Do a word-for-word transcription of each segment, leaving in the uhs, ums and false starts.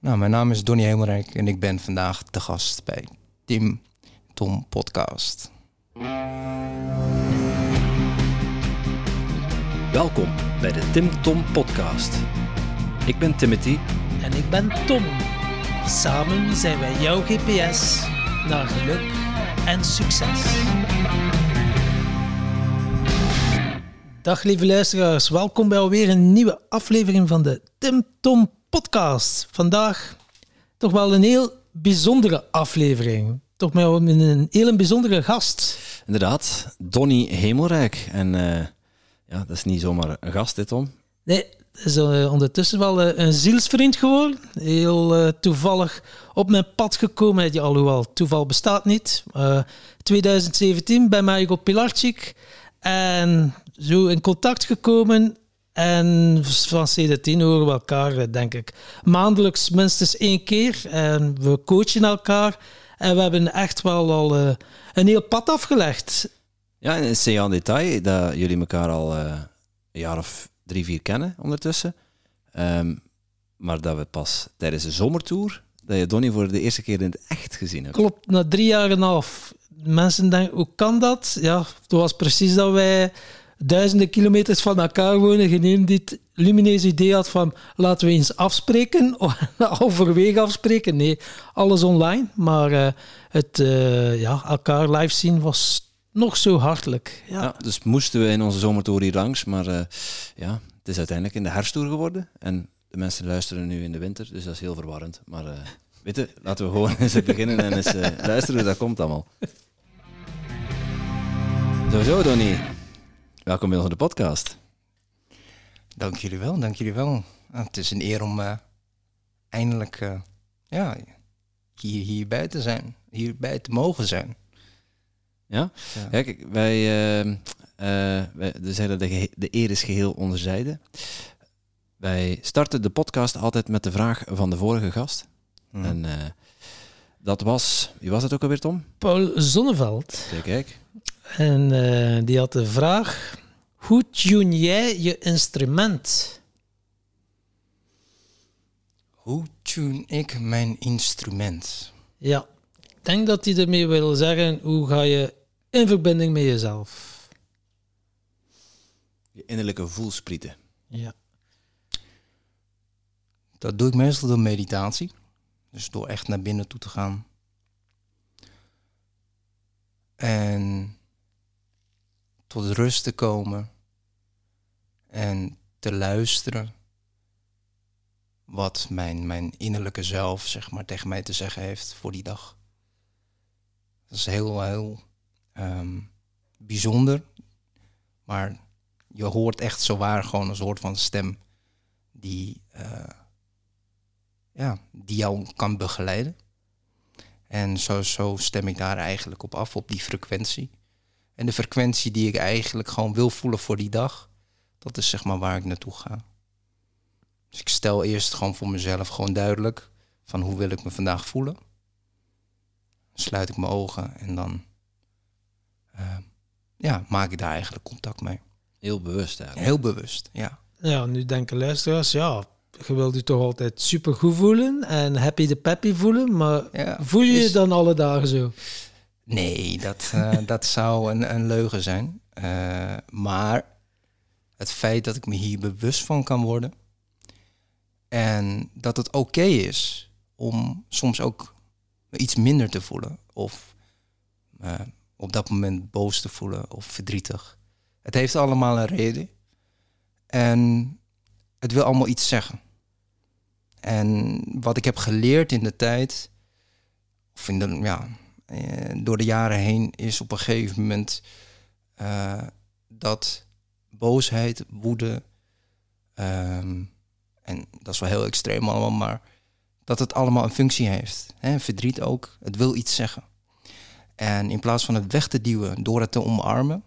Nou, mijn naam is Donny Hemelrijk en ik ben vandaag te gast bij Tim Tom Podcast. Welkom bij de Tim Tom Podcast. Ik ben Timothy. En ik ben Tom. Samen zijn wij jouw G P S naar geluk en succes. Dag lieve luisteraars, welkom bij alweer een nieuwe aflevering van de Tim Tom Podcast. Vandaag toch wel een heel bijzondere aflevering. Toch met een heel bijzondere gast. Inderdaad, Donny Hemelrijk. En uh, ja, dat is niet zomaar een gast dit, Tom. Nee, dat is uh, ondertussen wel uh, een zielsvriend geworden. Heel uh, toevallig op mijn pad gekomen. Ja, alhoewel, toeval bestaat niet. Uh, twintig zeventien bij Mario Pilarczyk. En zo in contact gekomen. En van sindsdien horen we elkaar, denk ik, maandelijks minstens één keer. En we coachen elkaar. En we hebben echt wel al uh, een heel pad afgelegd. Ja, en het is aan detail dat jullie elkaar al uh, een jaar of drie, vier kennen ondertussen. Um, maar dat we pas tijdens de zomertour, dat je Donny voor de eerste keer in het echt gezien hebt. Klopt, na drie jaar en een half. Mensen denken, hoe kan dat? Ja, het was precies dat wij duizenden kilometers van elkaar wonen. Geen die het lumineuze idee had van, laten we eens afspreken. Overwege afspreken. Nee, alles online. Maar uh, het uh, ja, elkaar live zien was nog zo hartelijk. Ja. Ja, dus moesten we in onze zomertour hier langs. Maar uh, ja, het is uiteindelijk in de herfsttour geworden. En de mensen luisteren nu in de winter. Dus dat is heel verwarrend. Maar uh, weet je, laten we gewoon eens beginnen en eens uh, luisteren hoe dat komt allemaal. Sowieso, Donny. Welkom bij onze podcast. Dank jullie wel, dank jullie wel. Ah, het is een eer om uh, eindelijk uh, ja, hier, hierbij te zijn. Hierbij te mogen zijn. Ja? Ja. Kijk, wij, uh, uh, wij zeggen dat de, de eer is geheel onderzijde. Wij starten de podcast altijd met de vraag van de vorige gast. Hmm. En uh, dat was, wie was het ook alweer, Tom? Paul Zonneveld. Kijk, kijk. En uh, die had de vraag, hoe tune jij je instrument? Hoe tune ik mijn instrument? Ja, ik denk dat hij ermee wil zeggen, hoe ga je in verbinding met jezelf? Je innerlijke voelsprieten. Ja. Dat doe ik meestal door meditatie. Dus door echt naar binnen toe te gaan. En tot rust te komen. En te luisteren. Wat mijn, mijn innerlijke zelf, zeg maar, tegen mij te zeggen heeft voor die dag. Dat is heel, heel um, bijzonder. Maar je hoort echt zowaar gewoon een soort van stem die, uh, ja, die jou kan begeleiden. En zo, zo stem ik daar eigenlijk op af, op die frequentie. En de frequentie die ik eigenlijk gewoon wil voelen voor die dag, dat is zeg maar waar ik naartoe ga. Dus ik stel eerst gewoon voor mezelf gewoon duidelijk van hoe wil ik me vandaag voelen. Dan sluit ik mijn ogen en dan uh, ja, maak ik daar eigenlijk contact mee. Heel bewust eigenlijk. Heel bewust, ja. Ja, nu denken luisteraars, ja, je wilt je toch altijd supergoed voelen en happy de peppy voelen, maar ja, voel je dus je dan alle dagen zo? Nee, dat, uh, dat zou een, een leugen zijn. Uh, maar het feit dat ik me hier bewust van kan worden en dat het oké okay is om soms ook iets minder te voelen of uh, op dat moment boos te voelen of verdrietig. Het heeft allemaal een reden en het wil allemaal iets zeggen. En wat ik heb geleerd in de tijd, of in de, ja, door de jaren heen, is op een gegeven moment uh, dat boosheid, woede, um, en dat is wel heel extreem allemaal, maar dat het allemaal een functie heeft. Hè? Verdriet ook, het wil iets zeggen. En in plaats van het weg te duwen door het te omarmen,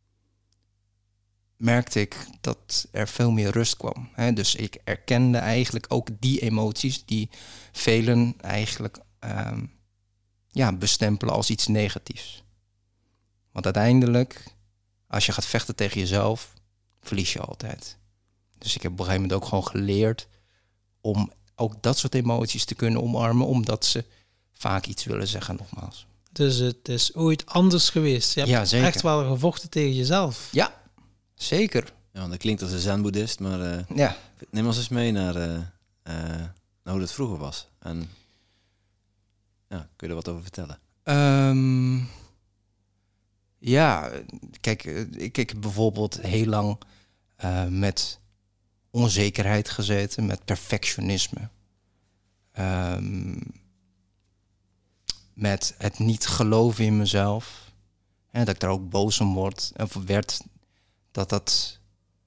merkte ik dat er veel meer rust kwam. Hè? Dus ik erkende eigenlijk ook die emoties die velen eigenlijk um, ja, bestempelen als iets negatiefs. Want uiteindelijk, als je gaat vechten tegen jezelf, verlies je altijd. Dus ik heb op een gegeven moment ook gewoon geleerd om ook dat soort emoties te kunnen omarmen, omdat ze vaak iets willen zeggen, nogmaals. Dus het is ooit anders geweest. Je hebt Ja, zeker. echt wel gevochten tegen jezelf. Ja, zeker. Ja, dat klinkt als een zen-boeddhist, maar uh, Ja. neem ons eens mee naar, uh, uh, naar hoe dat vroeger was. En ja, kun je er wat over vertellen? Um, ja, kijk, ik, ik heb bijvoorbeeld heel lang uh, met onzekerheid gezeten, met perfectionisme. Um, met het niet geloven in mezelf. En dat ik daar ook boos om word, of werd, dat dat...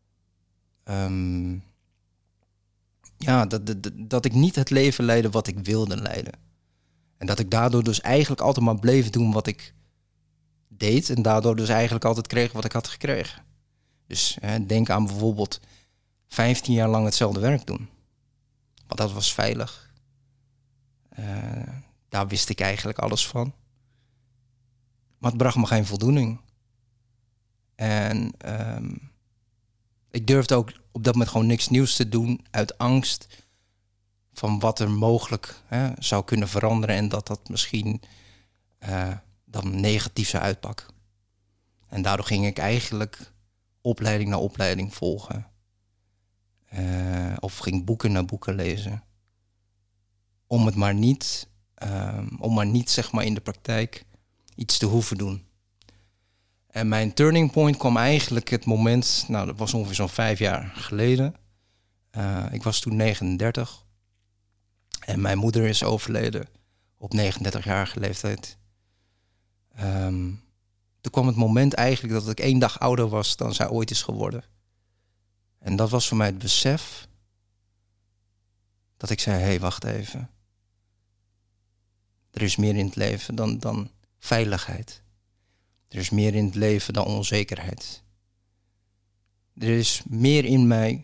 Um, ja, dat, dat, dat ik niet het leven leidde wat ik wilde leiden. En dat ik daardoor dus eigenlijk altijd maar bleef doen wat ik deed. En daardoor dus eigenlijk altijd kreeg wat ik had gekregen. Dus hè, denk aan bijvoorbeeld vijftien jaar lang hetzelfde werk doen. Want dat was veilig. Uh, daar wist ik eigenlijk alles van. Maar het bracht me geen voldoening. En um, ik durfde ook op dat moment gewoon niks nieuws te doen uit angst van wat er mogelijk hè, zou kunnen veranderen en dat dat misschien uh, dan negatief zou uitpakken. En daardoor ging ik eigenlijk opleiding na opleiding volgen. Uh, of ging boeken naar boeken lezen. Om het maar niet, uh, om maar niet zeg maar in de praktijk iets te hoeven doen. En mijn turning point kwam eigenlijk het moment, nou dat was ongeveer zo'n vijf jaar geleden. Uh, ik was toen negenendertig. En mijn moeder is overleden op negenendertigjarige leeftijd. Um, toen kwam het moment eigenlijk dat ik één dag ouder was dan zij ooit is geworden. En dat was voor mij het besef dat ik zei, hé, hey, wacht even. Er is meer in het leven dan, dan veiligheid. Er is meer in het leven dan onzekerheid. Er is meer in mij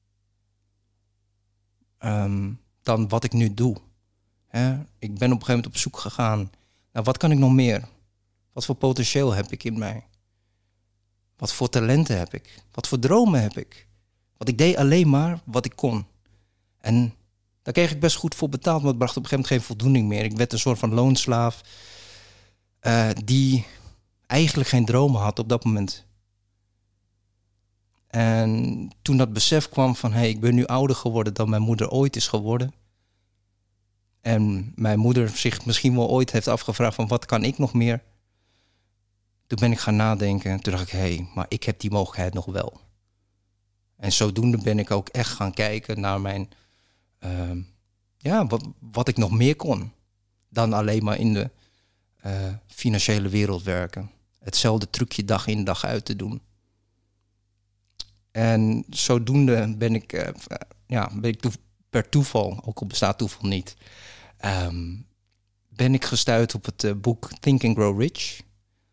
um, dan wat ik nu doe. Hè? Ik ben op een gegeven moment op zoek gegaan naar wat kan ik nog meer? Wat voor potentieel heb ik in mij? Wat voor talenten heb ik? Wat voor dromen heb ik? Want ik deed alleen maar wat ik kon. En daar kreeg ik best goed voor betaald, maar het bracht op een gegeven moment geen voldoening meer. Ik werd een soort van loonslaaf uh, die eigenlijk geen dromen had op dat moment. En toen dat besef kwam van, hé, hey, ik ben nu ouder geworden dan mijn moeder ooit is geworden. En mijn moeder zich misschien wel ooit heeft afgevraagd van, wat kan ik nog meer? Toen ben ik gaan nadenken. Toen dacht ik, hé, hey, maar ik heb die mogelijkheid nog wel. En zodoende ben ik ook echt gaan kijken naar mijn, uh, ja, wat, wat ik nog meer kon. Dan alleen maar in de uh, financiële wereld werken. Hetzelfde trucje dag in dag uit te doen. En zodoende ben ik, uh, ja, ben ik to- per toeval, ook al bestaat toeval niet, um, ben ik gestuurd op het uh, boek Think and Grow Rich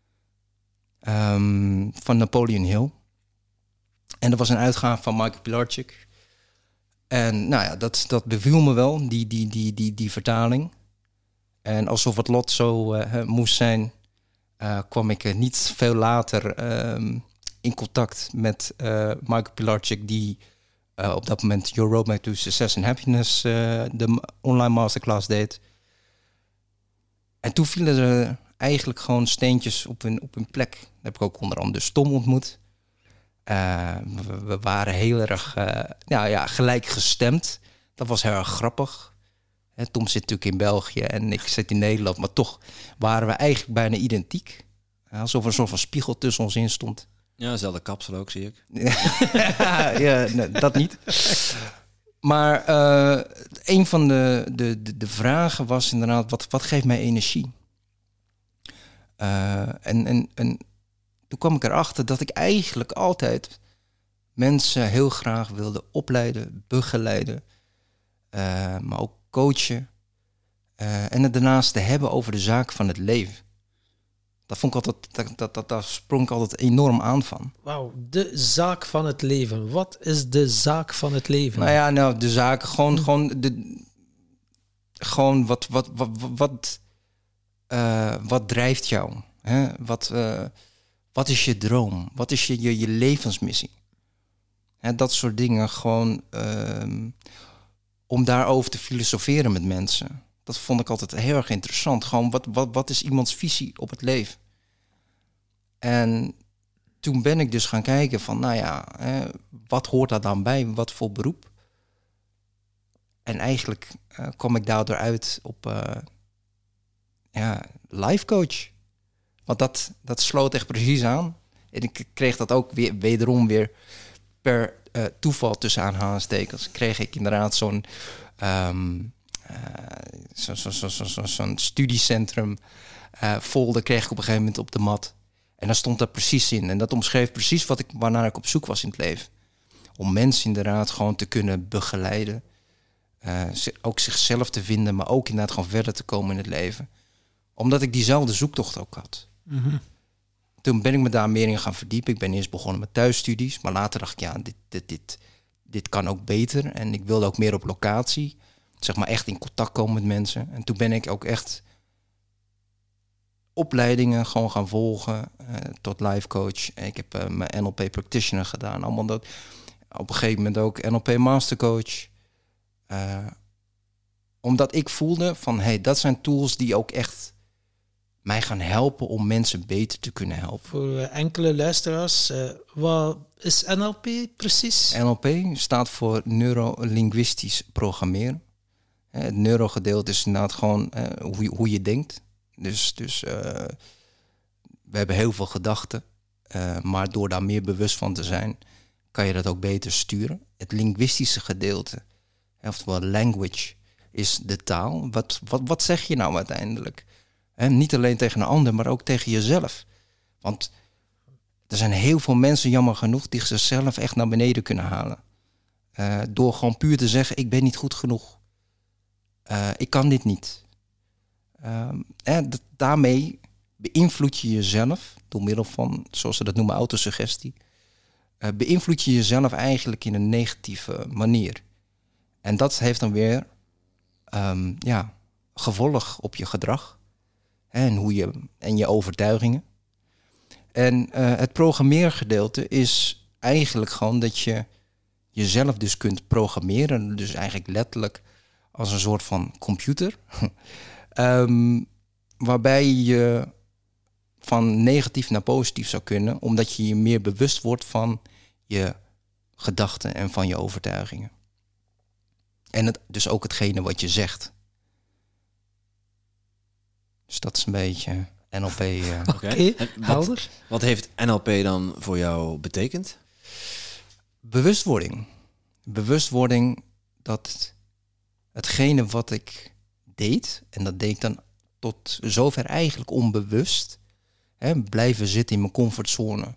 um, van Napoleon Hill. En dat was een uitgave van Michael Pilarczyk. En nou ja, dat, dat beviel me wel, die, die, die, die, die vertaling. En alsof het lot zo uh, moest zijn, uh, kwam ik uh, niet veel later um, in contact met uh, Michael Pilarczyk, die uh, op dat moment Your Roadmap to Success and Happiness, uh, de online masterclass deed. En toen vielen er eigenlijk gewoon steentjes op hun, op hun plek. Daar heb ik ook onder andere dus Tom ontmoet. Uh, we, we waren heel erg uh, nou ja, gelijk gestemd. Dat was heel erg grappig. He, Tom zit natuurlijk in België en ik zit in Nederland. Maar toch waren we eigenlijk bijna identiek. Alsof er een soort van spiegel tussen ons in stond. Ja, dezelfde kapsel ook, zie ik. ja, nee, dat niet. Maar uh, een van de, de, de, de vragen was inderdaad, wat, wat geeft mij energie? Uh, en, en, en toen kwam ik erachter dat ik eigenlijk altijd mensen heel graag wilde opleiden, begeleiden, uh, maar ook coachen. Uh, en het daarnaast te hebben over de zaak van het leven. Dat vond ik altijd, dat, dat, dat, daar sprong ik altijd enorm aan van. Wauw, de zaak van het leven. Wat is de zaak van het leven? Nou ja, nou, de zaak, gewoon, hm. gewoon, de, gewoon wat, wat, wat, wat, uh, wat drijft jou? Hè? Wat, uh, wat is je droom? Wat is je, je, je levensmissie? Hè, dat soort dingen, gewoon, uh, om daarover te filosoferen met mensen. Dat vond ik altijd heel erg interessant. Gewoon, wat, wat, wat is iemands visie op het leven? En toen ben ik dus gaan kijken van, nou ja, eh, wat hoort daar dan bij? Wat voor beroep? En eigenlijk uh, kwam ik daardoor uit op uh, ja, life coach. Want dat, dat sloot echt precies aan. En ik kreeg dat ook weer, wederom weer per uh, toeval tussen aanhalingstekens. Kreeg ik inderdaad zo'n um, uh, zo, zo, zo, zo, zo, zo'n studiecentrum uh, folder kreeg ik op een gegeven moment op de mat. En daar stond dat precies in. En dat omschreef precies wat ik, waarnaar ik op zoek was in het leven. Om mensen inderdaad gewoon te kunnen begeleiden. Uh, ook zichzelf te vinden, maar ook inderdaad gewoon verder te komen in het leven. Omdat ik diezelfde zoektocht ook had. Mm-hmm. Toen ben ik me daar meer in gaan verdiepen. Ik ben eerst begonnen met thuisstudies. Maar later dacht ik, ja, dit, dit, dit, dit kan ook beter. En ik wilde ook meer op locatie. Zeg maar echt in contact komen met mensen. En toen ben ik ook echt opleidingen gewoon gaan volgen. Uh, tot life coach. Ik heb uh, mijn N L P practitioner gedaan. Allemaal dat. Op een gegeven moment ook N L P mastercoach. Uh, omdat ik voelde van, hey, dat zijn tools die ook echt mij gaan helpen om mensen beter te kunnen helpen. Voor uh, enkele luisteraars, uh, wat is N L P precies? N L P staat voor neurolinguistisch programmeren. Uh, het neurogedeelte is inderdaad gewoon uh, hoe, je, hoe je denkt. Dus, dus uh, we hebben heel veel gedachten, uh, maar door daar meer bewust van te zijn, kan je dat ook beter sturen. Het linguïstische gedeelte, oftewel language, is de taal. Wat, wat, wat zeg je nou uiteindelijk? He, niet alleen tegen een ander, maar ook tegen jezelf. Want er zijn heel veel mensen, jammer genoeg, die zichzelf echt naar beneden kunnen halen. Uh, door gewoon puur te zeggen, ik ben niet goed genoeg. Uh, ik kan dit niet. Uh, en dat, daarmee beïnvloed je jezelf door middel van, zoals ze dat noemen, autosuggestie. Uh, beïnvloed je jezelf eigenlijk in een negatieve manier. En dat heeft dan weer um, ja, gevolg op je gedrag. En, hoe je, en je overtuigingen. En uh, het programmeergedeelte is eigenlijk gewoon dat je jezelf dus kunt programmeren. Dus eigenlijk letterlijk als een soort van computer. um, waarbij je van negatief naar positief zou kunnen. Omdat je je meer bewust wordt van je gedachten en van je overtuigingen. En het, dus ook hetgene wat je zegt. Dus dat is een beetje N L P. Uh. Oké, okay, helder. Wat, wat heeft N L P dan voor jou betekend? Bewustwording. Bewustwording dat het, hetgene wat ik deed, en dat deed ik dan tot zover eigenlijk onbewust, hè, blijven zitten in mijn comfortzone.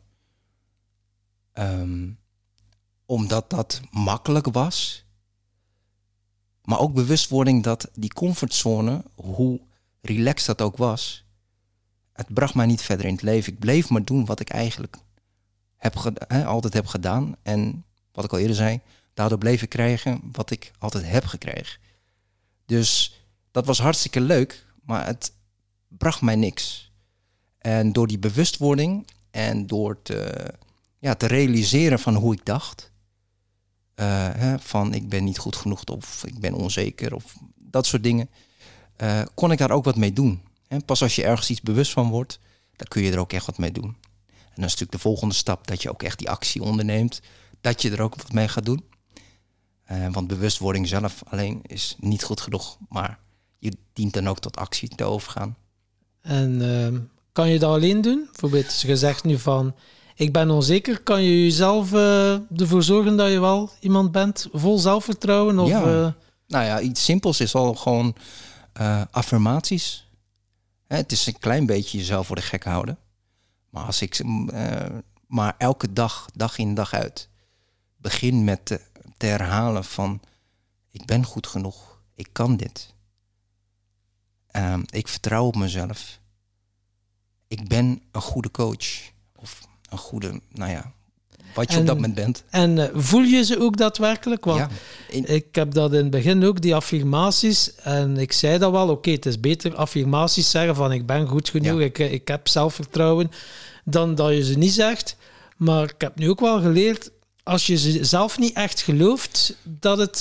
Um, omdat dat makkelijk was. Maar ook bewustwording dat die comfortzone, hoe relaxed dat ook was, het bracht mij niet verder in het leven. Ik bleef maar doen wat ik eigenlijk heb geda- hè, altijd heb gedaan. En wat ik al eerder zei, daardoor bleef ik krijgen wat ik altijd heb gekregen. Dus dat was hartstikke leuk, maar het bracht mij niks. En door die bewustwording en door te, ja, te realiseren van hoe ik dacht, Uh, hè, van ik ben niet goed genoeg of ik ben onzeker of dat soort dingen, uh, kon ik daar ook wat mee doen. Hè? Pas als je ergens iets bewust van wordt, dan kun je er ook echt wat mee doen. En dan is natuurlijk de volgende stap dat je ook echt die actie onderneemt, dat je er ook wat mee gaat doen. Uh, want bewustwording zelf alleen is niet goed genoeg, maar je dient dan ook tot actie te overgaan. En uh, kan je dat alleen doen? Bijvoorbeeld, je zegt nu van, ik ben onzeker. Kan je jezelf uh, ervoor zorgen dat je wel iemand bent? Vol zelfvertrouwen? Of, ja. Uh... Nou ja, iets simpels is al gewoon uh, affirmaties. Hè, het is een klein beetje jezelf voor de gek houden. Maar, als ik, uh, maar elke dag, dag in dag uit, begin met te, te herhalen van, ik ben goed genoeg. Ik kan dit. Um, ik vertrouw op mezelf. Ik ben een goede coach. Of een goede, nou ja, wat je en, op dat moment bent. En uh, voel je ze ook daadwerkelijk? Want ja, in... ik heb dat in het begin ook, die affirmaties. En ik zei dat wel, oké, okay, het is beter affirmaties zeggen van ik ben goed genoeg, ja. ik, ik heb zelfvertrouwen, dan dat je ze niet zegt. Maar ik heb nu ook wel geleerd, als je ze zelf niet echt gelooft, dat het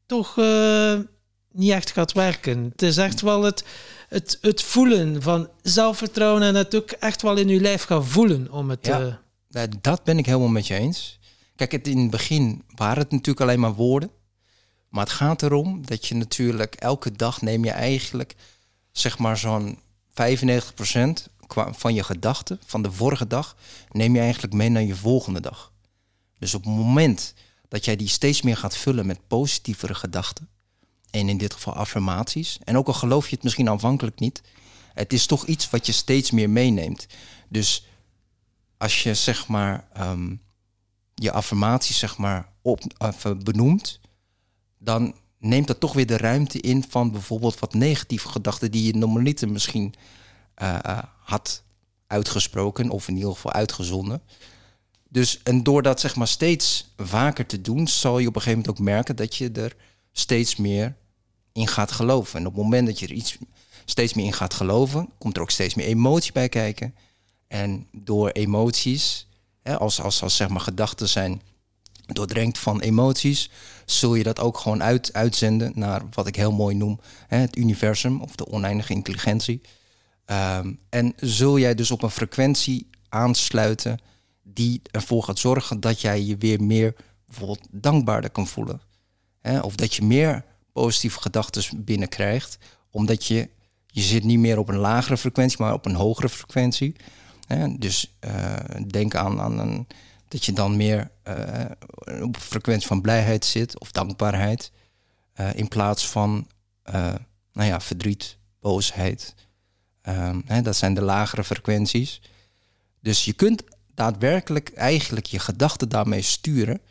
toch uh, niet echt gaat werken. Het is echt wel het, het, het voelen van zelfvertrouwen en het ook echt wel in je lijf gaan voelen om het... Ja, uh... dat ben ik helemaal met je eens. Kijk, het, in het begin waren het natuurlijk alleen maar woorden. Maar het gaat erom dat je natuurlijk elke dag neem je eigenlijk zeg maar zo'n vijfennegentig procent van je gedachten van de vorige dag neem je eigenlijk mee naar je volgende dag. Dus op het moment dat jij die steeds meer gaat vullen met positievere gedachten en in dit geval affirmaties, en ook al geloof je het misschien aanvankelijk niet, het is toch iets wat je steeds meer meeneemt. Dus als je zeg maar um, je affirmaties zeg maar op, uh, benoemt, dan neemt dat toch weer de ruimte in van bijvoorbeeld wat negatieve gedachten die je normaliter misschien uh, uh, had uitgesproken of in ieder geval uitgezonden. Dus en door dat zeg maar steeds vaker te doen, zal je op een gegeven moment ook merken dat je er steeds meer in gaat geloven. En op het moment dat je er iets steeds meer in gaat geloven, komt er ook steeds meer emotie bij kijken. En door emoties, hè, als, als, als zeg maar gedachten zijn doordrenkt van emoties, zul je dat ook gewoon uit, uitzenden naar wat ik heel mooi noem, hè, het universum of de oneindige intelligentie. Um, en zul jij dus op een frequentie aansluiten die ervoor gaat zorgen dat jij je weer meer bijvoorbeeld dankbaarder kan voelen. Hè? Of dat je meer positieve gedachten binnenkrijgt, omdat je, je zit niet meer op een lagere frequentie, maar op een hogere frequentie. Hè? Dus uh, denk aan, aan een, dat je dan meer uh, op een frequentie van blijheid zit of dankbaarheid, uh, in plaats van uh, nou ja, verdriet, boosheid. Um, hè, dat zijn de lagere frequenties. Dus je kunt daadwerkelijk eigenlijk je gedachten daarmee sturen.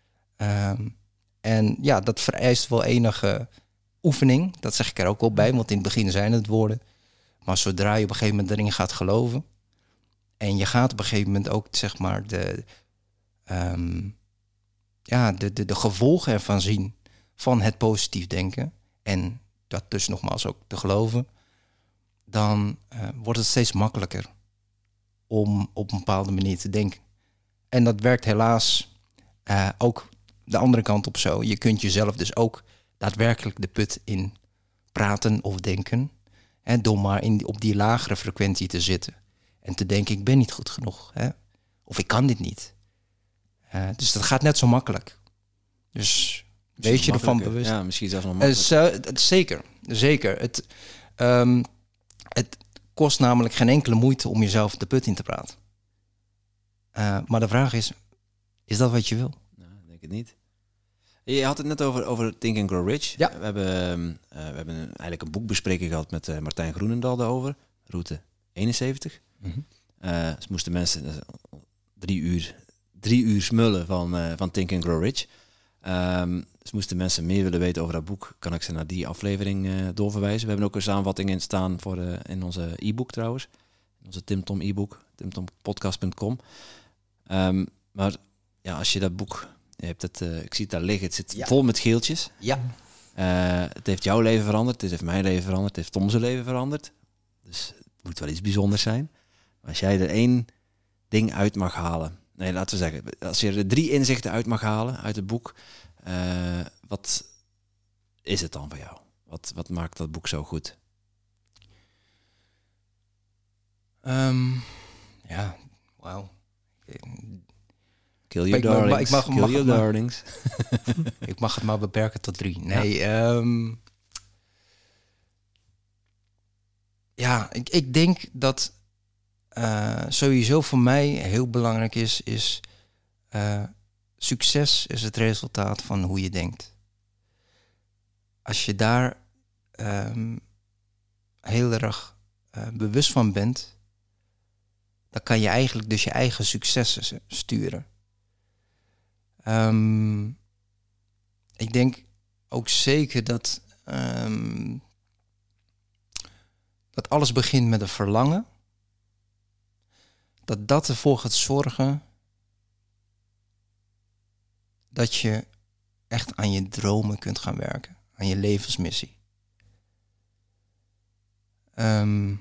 Um, en ja, dat vereist wel enige oefening. Dat zeg ik er ook wel bij, want in het begin zijn het woorden. Maar zodra je op een gegeven moment erin gaat geloven, en je gaat op een gegeven moment ook zeg maar de, um, ja, de, de, de gevolgen ervan zien van het positief denken. En dat dus nogmaals ook te geloven. Dan uh, wordt het steeds makkelijker om op een bepaalde manier te denken. En dat werkt helaas uh, ook de andere kant op zo. Je kunt jezelf dus ook daadwerkelijk de put in praten of denken. Hè, door maar in, op die lagere frequentie te zitten. En te denken, ik ben niet goed genoeg. Hè? Of ik kan dit niet. Uh, dus dat gaat net zo makkelijk. Dus wees je ervan bewust. Ja, misschien zelfs nog makkelijker. Uh, zo, het, zeker, zeker. Het... Um, Het kost namelijk geen enkele moeite om jezelf de put in te praten. Uh, maar de vraag is, is dat wat je wil? Nou, ik denk het niet. Je had het net over, over Think and Grow Rich. Ja. We hebben, uh, we hebben eigenlijk een boekbespreking gehad met uh, Martijn Groenendal daarover. Route eenenzeventig. Mm-hmm. Uh, ze moesten mensen uh, drie, uur, drie uur smullen van, uh, van Think and Grow Rich. Um, dus moesten mensen meer willen weten over dat boek, kan ik ze naar die aflevering uh, doorverwijzen. We hebben ook een samenvatting in staan voor uh, in onze e-book trouwens. In onze TimTom e-book, timtompodcast punt com. Um, maar ja, als je dat boek, je hebt het, uh, ik zie het daar liggen, het zit ja. vol met geeltjes. Ja. Uh, het heeft jouw leven veranderd, het heeft mijn leven veranderd, het heeft Tom zijn leven veranderd. Dus het moet wel iets bijzonders zijn. Maar als jij er één ding uit mag halen, nee, laten we zeggen, als je er drie inzichten uit mag halen uit het boek, uh, wat is het dan voor jou? Wat, wat maakt dat boek zo goed? Um, ja, wauw. Kill your darlings. Ik mag, Kill mag your maar, darlings. ik mag het maar beperken tot drie. Nee, ja, um, ja ik, ik denk dat uh, sowieso voor mij heel belangrijk is, is uh, succes is het resultaat van hoe je denkt. Als je daar um, heel erg uh, bewust van bent, dan kan je eigenlijk dus je eigen successen sturen. Um, ik denk ook zeker dat, um, dat alles begint met een verlangen. Dat dat ervoor gaat zorgen dat je echt aan je dromen kunt gaan werken. Aan je levensmissie. Um,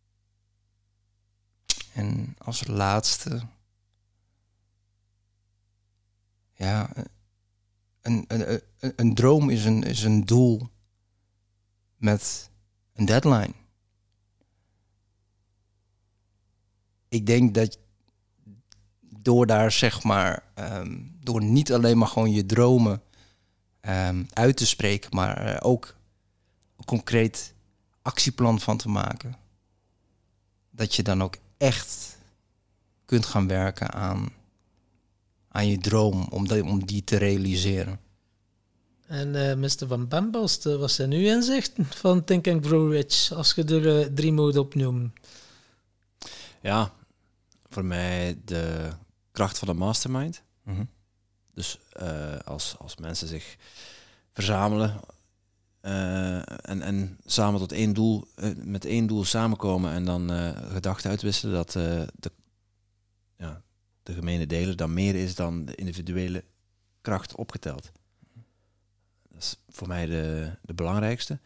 en als laatste, ja, een, een, een, een droom is een, is een doel met een deadline. Ik denk dat door daar zeg maar, um, door niet alleen maar gewoon je dromen um, uit te spreken, maar uh, ook een concreet actieplan van te maken, dat je dan ook echt kunt gaan werken aan, aan je droom, om, de, om die te realiseren. En uh, mister Van Bambost, uh, wat zijn uw inzichten van Think and Grow Rich, als je er uh, drie moet opnoemen? Ja, voor mij de kracht van de mastermind. Mm-hmm. Dus uh, als, als mensen zich verzamelen uh, en, en samen tot één doel, uh, met één doel samenkomen en dan uh, gedachten uitwisselen, dat uh, de, ja, de gemene deler dan meer is dan de individuele kracht opgeteld. Dat is voor mij de, de belangrijkste.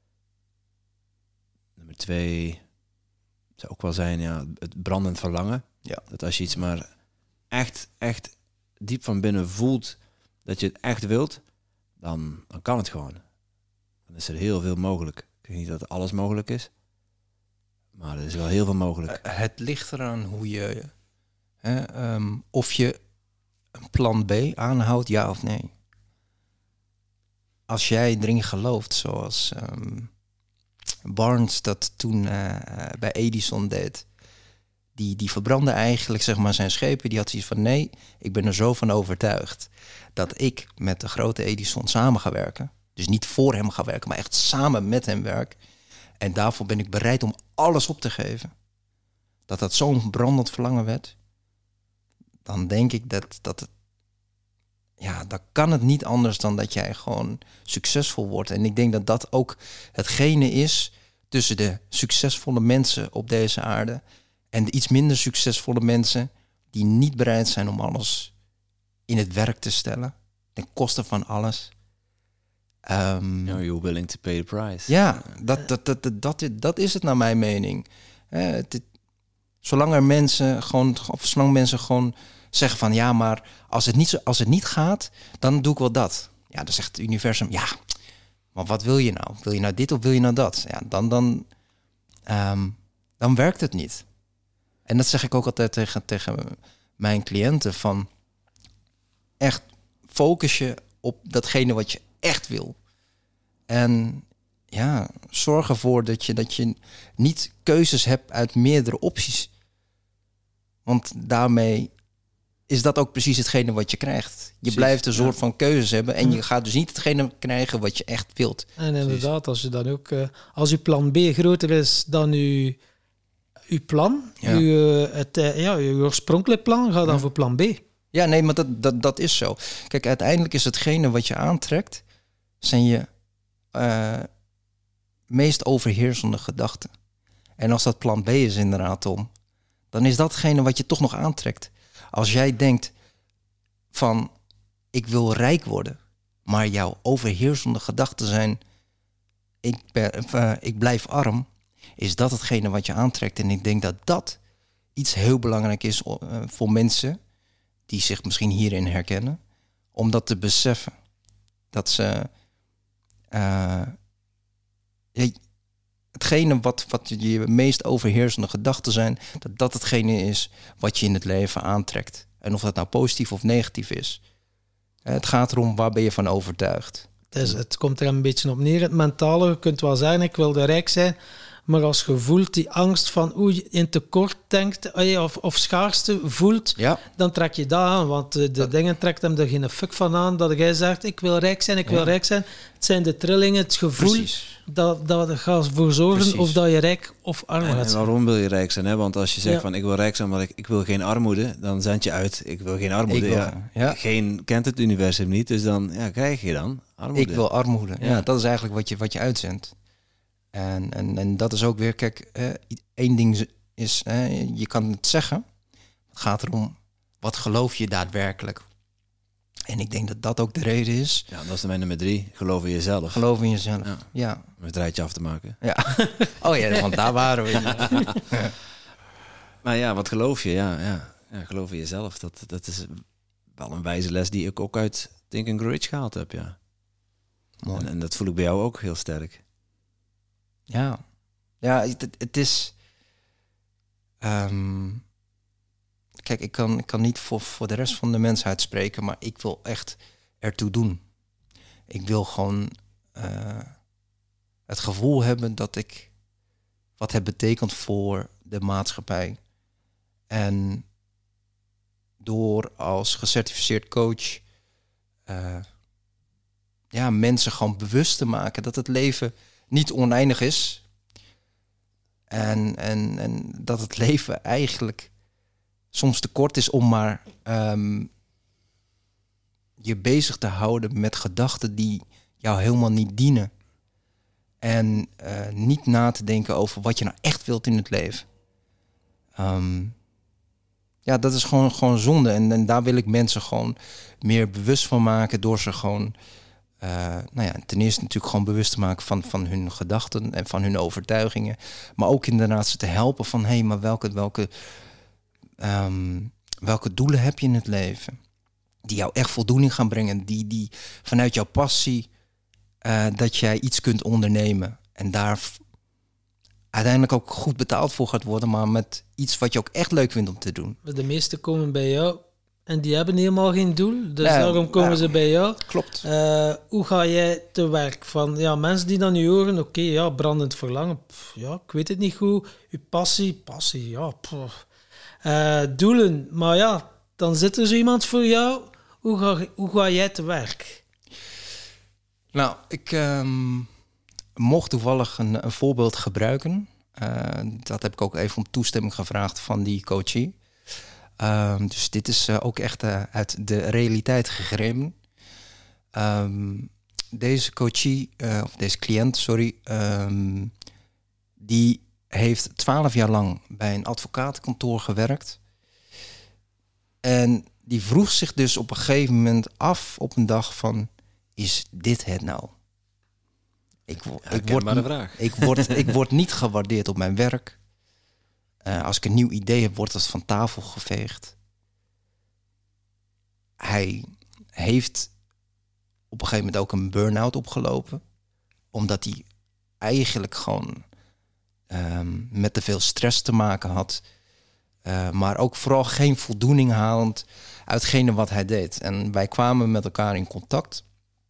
Nummer twee zou ook wel zijn, ja, het brandend verlangen. Ja. Dat als je iets maar echt, echt diep van binnen voelt dat je het echt wilt, dan, dan kan het gewoon. Dan is er heel veel mogelijk. Ik weet niet dat alles mogelijk is, maar er is wel heel veel mogelijk. Uh, het ligt eraan hoe je, hè, um, of je een plan B aanhoudt, ja of nee. Als jij erin gelooft, zoals um, Barnes dat toen uh, bij Edison deed, die, die verbrandde eigenlijk zeg maar zijn schepen. Die had zoiets van, nee, ik ben er zo van overtuigd dat ik met de grote Edison samen ga werken. Dus niet voor hem ga werken, maar echt samen met hem werk. En daarvoor ben ik bereid om alles op te geven. Dat dat zo'n brandend verlangen werd. Dan denk ik dat, dat het, ja, dan kan het niet anders dan dat jij gewoon succesvol wordt. En ik denk dat dat ook hetgene is tussen de succesvolle mensen op deze aarde en de iets minder succesvolle mensen die niet bereid zijn om alles in het werk te stellen, ten koste van alles. Um, no, you're willing to pay the price. Ja, dat, dat, dat, dat, dat, dat is het naar mijn mening. Eh, het, het, zolang er mensen gewoon, of zolang mensen gewoon zeggen van ja, maar als het niet, zo, als het niet gaat, dan doe ik wel dat. Ja, dan zegt het universum, ja, maar wat wil je nou? Wil je nou dit of wil je nou dat? Ja, dan, dan, um, dan werkt het niet. En dat zeg ik ook altijd tegen, tegen mijn cliënten van echt focus je op datgene wat je echt wil. En ja, zorg ervoor dat je, dat je niet keuzes hebt uit meerdere opties. Want daarmee is dat ook precies hetgene wat je krijgt. Je precies, blijft een soort ja. van keuzes hebben en je gaat dus niet hetgene krijgen wat je echt wilt. En inderdaad, als je dan ook, uh, als je plan B groter is dan je, je plan, ja. je, het, uh, ja, je oorspronkelijk plan, ga dan ja. voor plan B. Ja, nee, maar dat, dat, dat is zo. Kijk, uiteindelijk is hetgene wat je aantrekt, zijn je uh, meest overheersende gedachten. En als dat plan B is inderdaad, Tom, dan is datgene wat je toch nog aantrekt. Als jij denkt van, ik wil rijk worden, maar jouw overheersende gedachten zijn, ik, ben, uh, ik blijf arm, is dat hetgene wat je aantrekt. En ik denk dat dat iets heel belangrijk is uh, voor mensen die zich misschien hierin herkennen, om dat te beseffen. Dat ze uh, ja, hetgene wat, wat je meest overheersende gedachten zijn, dat dat hetgene is wat je in het leven aantrekt. En of dat nou positief of negatief is. Het gaat erom, waar ben je van overtuigd? Dus het komt er een beetje op neer. Het mentale, je kunt wel zeggen, ik wilde rijk zijn. Maar als je voelt die angst van hoe je in tekort denkt of, of schaarste voelt, ja. dan trek je dat aan. Want de dat... dingen trekt hem er geen fuck van aan dat jij zegt, ik wil rijk zijn, ik ja. wil rijk zijn. Het zijn de trillingen, het gevoel Precies. dat, dat er gaat voor zorgen Precies. of dat je rijk of arm gaat zijn. En waarom wil je rijk zijn? Hè? Want als je zegt ja. van ik wil rijk zijn, maar ik, ik wil geen armoede, dan zend je uit, ik wil geen armoede. Wil, ja. Ja. Geen kent het universum niet, dus dan ja, krijg je dan armoede. Ik wil armoede. Ja, ja dat is eigenlijk wat je, wat je uitzendt. En, en, en dat is ook weer, kijk, eh, één ding is, eh, je kan het zeggen. Het gaat erom, wat geloof je daadwerkelijk? En ik denk dat dat ook de reden is. Ja, dat is mijn nummer drie. Geloof in jezelf. Geloof in jezelf, ja. ja. Om het rijtje af te maken. Ja. Oh ja, want daar waren we. Ja. Maar ja, wat geloof je? Ja, ja. ja geloof in jezelf. Dat, dat is wel een wijze les die ik ook uit Think and Grow Rich gehaald heb, ja. Mooi. En, en dat voel ik bij jou ook heel sterk. Ja, ja het, het is... Um, kijk, ik kan, ik kan niet voor, voor de rest van de mensheid spreken, maar ik wil echt ertoe doen. Ik wil gewoon uh, het gevoel hebben dat ik wat heb betekend voor de maatschappij. En door als gecertificeerd coach uh, ja, mensen gewoon bewust te maken dat het leven niet oneindig is. En, en, en dat het leven eigenlijk soms te kort is om maar um, je bezig te houden met gedachten die jou helemaal niet dienen. En uh, niet na te denken over wat je nou echt wilt in het leven. Um, ja, dat is gewoon, gewoon zonde. En, en daar wil ik mensen gewoon meer bewust van maken door ze gewoon... Uh, nou ja, ten eerste natuurlijk gewoon bewust te maken van, van hun gedachten en van hun overtuigingen. Maar ook inderdaad ze te helpen van... hé, hey, maar welke, welke, um, welke doelen heb je in het leven? Die jou echt voldoening gaan brengen. Die, die vanuit jouw passie uh, dat jij iets kunt ondernemen. En daar f- uiteindelijk ook goed betaald voor gaat worden. Maar met iets wat je ook echt leuk vindt om te doen. De meesten komen bij jou... En die hebben helemaal geen doel, dus ja, daarom komen ja, ze bij jou. Klopt. Uh, hoe ga jij te werk? Van, ja, mensen die dan nu horen, oké, okay, ja, brandend verlangen. Pff, ja, ik weet het niet goed. Uw passie, passie, ja. Uh, doelen, maar ja, dan zit er zo iemand voor jou. Hoe ga, hoe ga jij te werk? Nou, ik um, mocht toevallig een, een voorbeeld gebruiken. Uh, dat heb ik ook even om toestemming gevraagd van die coachie. Um, dus dit is uh, ook echt uh, uit de realiteit gegrepen. Um, deze coachie, uh, of deze cliënt, sorry, um, die heeft twaalf jaar lang bij een advocatenkantoor gewerkt. En die vroeg zich dus op een gegeven moment af op een dag van, is dit het nou? Ik, wo- ja, ik, word, maar de vraag. ik, word, ik word niet gewaardeerd op mijn werk. Uh, als ik een nieuw idee heb, wordt dat van tafel geveegd. Hij heeft op een gegeven moment ook een burn-out opgelopen. Omdat hij eigenlijk gewoon um, met te veel stress te maken had. Uh, maar ook vooral geen voldoening halend uitgene wat hij deed. En wij kwamen met elkaar in contact.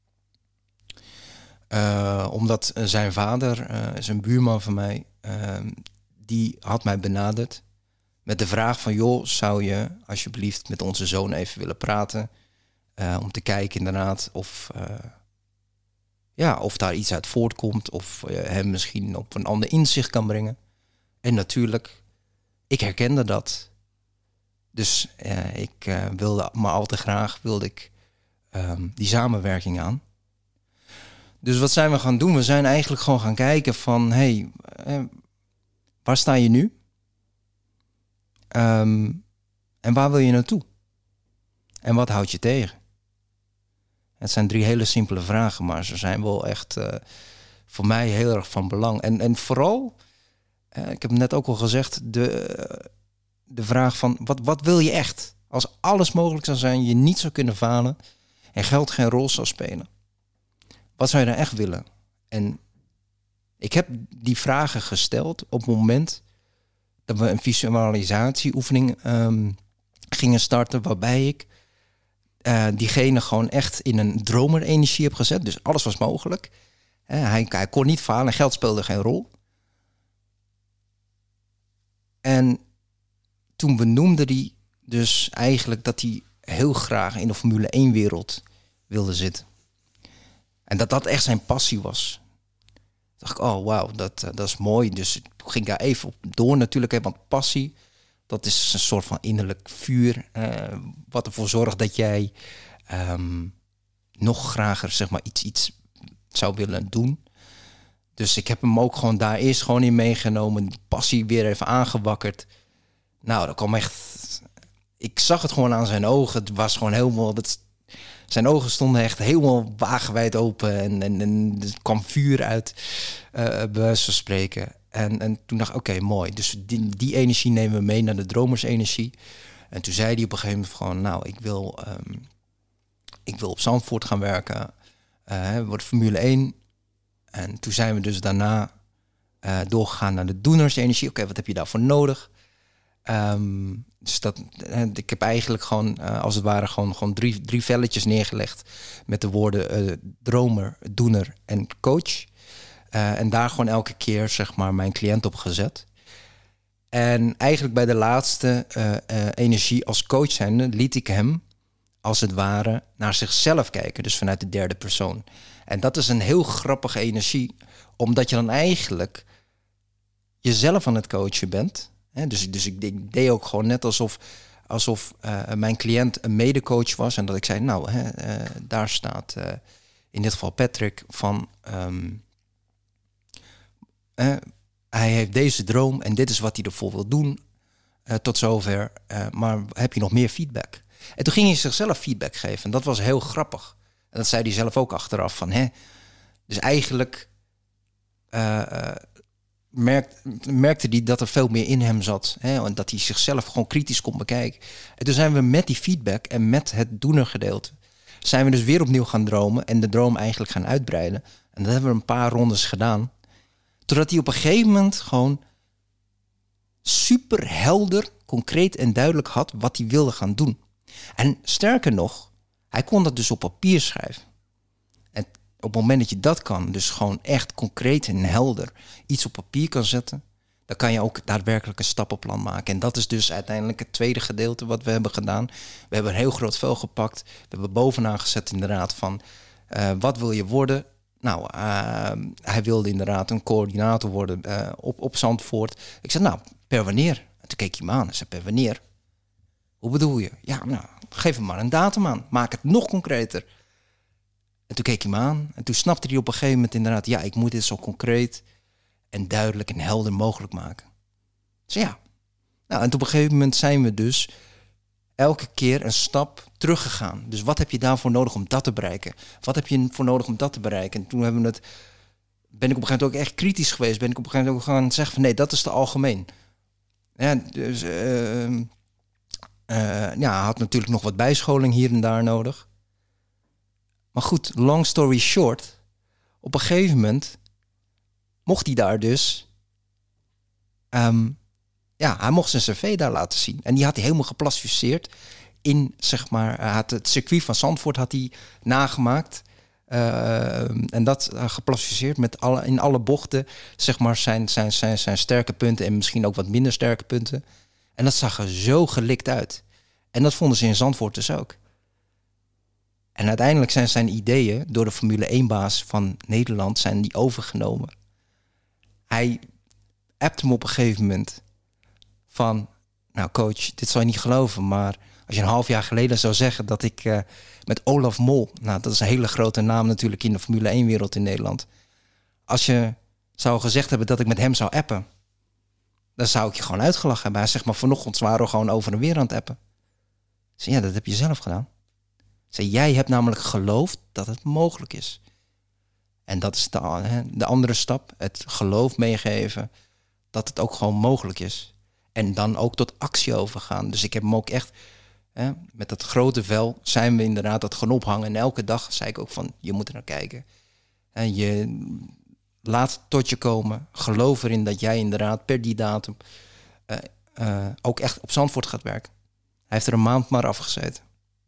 Uh, omdat zijn vader, uh, is een buurman van mij... Uh, die had mij benaderd met de vraag van... joh, zou je alsjeblieft met onze zoon even willen praten... Uh, om te kijken inderdaad of, uh, ja, of daar iets uit voortkomt... of uh, hem misschien op een ander inzicht kan brengen. En natuurlijk, ik herkende dat. Dus uh, ik uh, wilde maar al te graag wilde ik, um, die samenwerking aan. Dus wat zijn we gaan doen? We zijn eigenlijk gewoon gaan kijken van... hey, uh, waar sta je nu? Um, en waar wil je naartoe? En wat houdt je tegen? Het zijn drie hele simpele vragen, maar ze zijn wel echt uh, voor mij heel erg van belang. En, en vooral, uh, ik heb net ook al gezegd, de, uh, de vraag van wat, wat wil je echt? Als alles mogelijk zou zijn, je niet zou kunnen falen en geld geen rol zou spelen. Wat zou je dan echt willen? En ik heb die vragen gesteld op het moment dat we een visualisatieoefening um, gingen starten, waarbij ik uh, diegene gewoon echt in een dromerenergie heb gezet. Dus alles was mogelijk. Uh, hij, hij kon niet falen, geld speelde geen rol. En toen benoemde hij dus eigenlijk dat hij heel graag in de Formule één wereld wilde zitten. En dat dat echt zijn passie was. Dacht ik, oh wauw, dat, uh, dat is mooi. Dus ik ging daar even op door natuurlijk. Hè, want passie, dat is een soort van innerlijk vuur. Uh, wat ervoor zorgt dat jij um, nog grager zeg maar, iets, iets zou willen doen. Dus ik heb hem ook gewoon daar eerst gewoon in meegenomen. Die passie weer even aangewakkerd. Nou, dat kwam echt... Ik zag het gewoon aan zijn ogen. Het was gewoon helemaal... Dat, zijn ogen stonden echt helemaal wagenwijd open. En, en, en er kwam vuur uit, uh, bij wijze van spreken. En, en toen dacht ik, oké, okay, mooi. Dus die, die energie nemen we mee naar de dromersenergie. En toen zei hij op een gegeven moment gewoon... nou, ik wil um, ik wil op Zandvoort gaan werken. Uh, wordt Formule één. En toen zijn we dus daarna uh, doorgegaan naar de doenersenergie. Oké, okay, wat heb je daarvoor nodig? Um, dus dat, uh, ik heb eigenlijk gewoon, uh, als het ware, gewoon, gewoon drie, drie velletjes neergelegd met de woorden uh, dromer, doener en coach. Uh, en daar gewoon elke keer, zeg maar, mijn cliënt op gezet. En eigenlijk bij de laatste uh, uh, energie als coach zijnde liet ik hem, als het ware, naar zichzelf kijken. Dus vanuit de derde persoon. En dat is een heel grappige energie, omdat je dan eigenlijk jezelf aan het coachen bent. He, dus dus ik, ik deed ook gewoon net alsof, alsof uh, mijn cliënt een medecoach was. En dat ik zei, nou, he, uh, daar staat uh, in dit geval Patrick van... Um, uh, hij heeft deze droom en dit is wat hij ervoor wil doen. Uh, tot zover. Uh, maar heb je nog meer feedback? En toen ging hij zichzelf feedback geven. En dat was heel grappig. En dat zei hij zelf ook achteraf. Van, hè? Dus eigenlijk uh, uh, merkt, merkte hij dat er veel meer in hem zat. Hè? En dat hij zichzelf gewoon kritisch kon bekijken. En toen zijn we met die feedback en met het doenergedeelte... zijn we dus weer opnieuw gaan dromen en de droom eigenlijk gaan uitbreiden. En dat hebben we een paar rondes gedaan. Totdat hij op een gegeven moment gewoon super helder, concreet en duidelijk had wat hij wilde gaan doen. En sterker nog, hij kon dat dus op papier schrijven. En op het moment dat je dat kan, dus gewoon echt concreet en helder iets op papier kan zetten, dan kan je ook daadwerkelijk een stappenplan maken. En dat is dus uiteindelijk het tweede gedeelte wat we hebben gedaan. We hebben een heel groot vel gepakt. We hebben bovenaan gezet inderdaad van, uh, wat wil je worden? Nou, uh, hij wilde inderdaad een coördinator worden uh, op, op Zandvoort. Ik zei, nou, per wanneer? En toen keek hij me aan en zei, per wanneer? Hoe bedoel je? Ja, nou, geef hem maar een datum aan. Maak het nog concreter. En toen keek hij me aan. En toen snapte hij op een gegeven moment inderdaad, ja, ik moet dit zo concreet en duidelijk en helder mogelijk maken. Dus ja. Nou, en op een gegeven moment zijn we dus elke keer een stap teruggegaan. Dus wat heb je daarvoor nodig om dat te bereiken? Wat heb je voor nodig om dat te bereiken? En toen hebben we het, ben ik op een gegeven moment ook echt kritisch geweest. Ben ik op een gegeven moment ook gaan zeggen van nee, dat is te algemeen. Ja, dus uh, uh, ja, had natuurlijk nog wat bijscholing hier en daar nodig. Maar goed, long story short, op een gegeven moment mocht hij daar dus, um, ja, hij mocht zijn cv daar laten zien. En die had hij helemaal geplastificeerd in, zeg maar, hij had het circuit van Zandvoort had hij nagemaakt. Uh, en dat uh, geplastificeerd met alle, in alle bochten, zeg maar, zijn, zijn, zijn, zijn sterke punten en misschien ook wat minder sterke punten. En dat zag er zo gelikt uit. En dat vonden ze in Zandvoort dus ook. En uiteindelijk zijn zijn ideeën door de Formule één baas van Nederland zijn die overgenomen. Hij appte hem op een gegeven moment van, nou coach, dit zal je niet geloven, maar als je een half jaar geleden zou zeggen dat ik uh, met Olaf Mol, nou dat is een hele grote naam natuurlijk in de Formule één wereld in Nederland. Als je zou gezegd hebben dat ik met hem zou appen, dan zou ik je gewoon uitgelachen hebben. Hij zegt, maar vanochtend waren we gewoon over en weer aan het appen. Ik zeg, ja, dat heb je zelf gedaan. Ik zeg, jij hebt namelijk geloofd dat het mogelijk is. En dat is de, hè, de andere stap, het geloof meegeven dat het ook gewoon mogelijk is. En dan ook tot actie overgaan. Dus ik heb hem ook echt, hè, met dat grote vel zijn we inderdaad dat gaan ophangen. En elke dag zei ik ook van, je moet er naar kijken. En je laat tot je komen. Geloof erin dat jij inderdaad per die datum uh, uh, ook echt op Zandvoort gaat werken. Hij heeft er een maand maar afgezeten.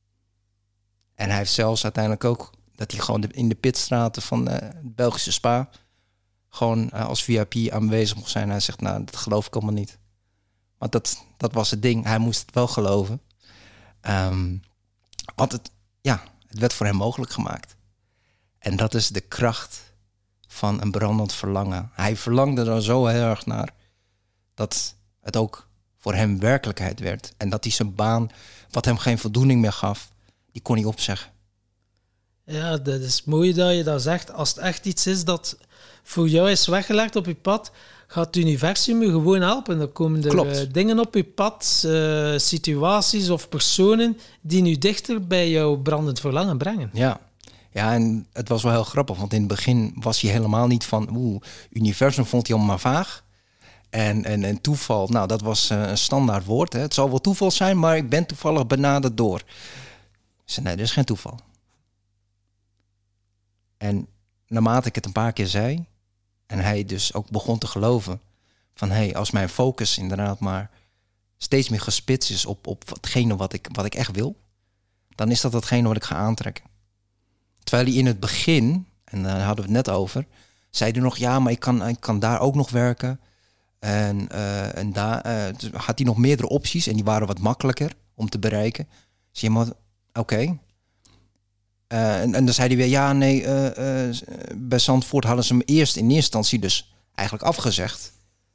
En hij heeft zelfs uiteindelijk ook dat hij gewoon in de pitstraten van uh, het Belgische Spa gewoon uh, als V I P aanwezig mocht zijn. Hij zegt, nou, dat geloof ik allemaal niet. Want dat, dat was het ding. Hij moest het wel geloven. Um, want het, ja, het werd voor hem mogelijk gemaakt. En dat is de kracht van een brandend verlangen. Hij verlangde er zo heel erg naar dat het ook voor hem werkelijkheid werd. En dat hij zijn baan, wat hem geen voldoening meer gaf, die kon hij opzeggen. Ja, dat is mooi dat je dat zegt. Als het echt iets is dat voor jou is weggelegd op je pad, gaat het universum je gewoon helpen. Dan komen er uh, dingen op je pad, uh, situaties of personen die nu dichter bij jouw brandend verlangen brengen. Ja. Ja, en het was wel heel grappig, want in het begin was hij helemaal niet van, oeh, universum vond hij allemaal vaag. En, en, en toeval, nou, dat was uh, een standaard woord. Hè. Het zal wel toeval zijn, maar ik ben toevallig benaderd door. Ik zei, nee, dat is geen toeval. En naarmate ik het een paar keer zei... en hij dus ook begon te geloven... van hé, hey, als mijn focus inderdaad maar... steeds meer gespitst is op, op hetgene wat ik, wat ik echt wil... dan is dat hetgene wat ik ga aantrekken. Terwijl hij in het begin, en daar hadden we het net over... zei hij nog, ja, maar ik kan, ik kan daar ook nog werken... En, uh, en daar uh, had hij nog meerdere opties en die waren wat makkelijker om te bereiken. Zie je maar, oké. Okay. Uh, en, en dan zei hij weer, ja, nee, uh, uh, bij Zandvoort hadden ze hem eerst in eerste instantie dus eigenlijk afgezegd.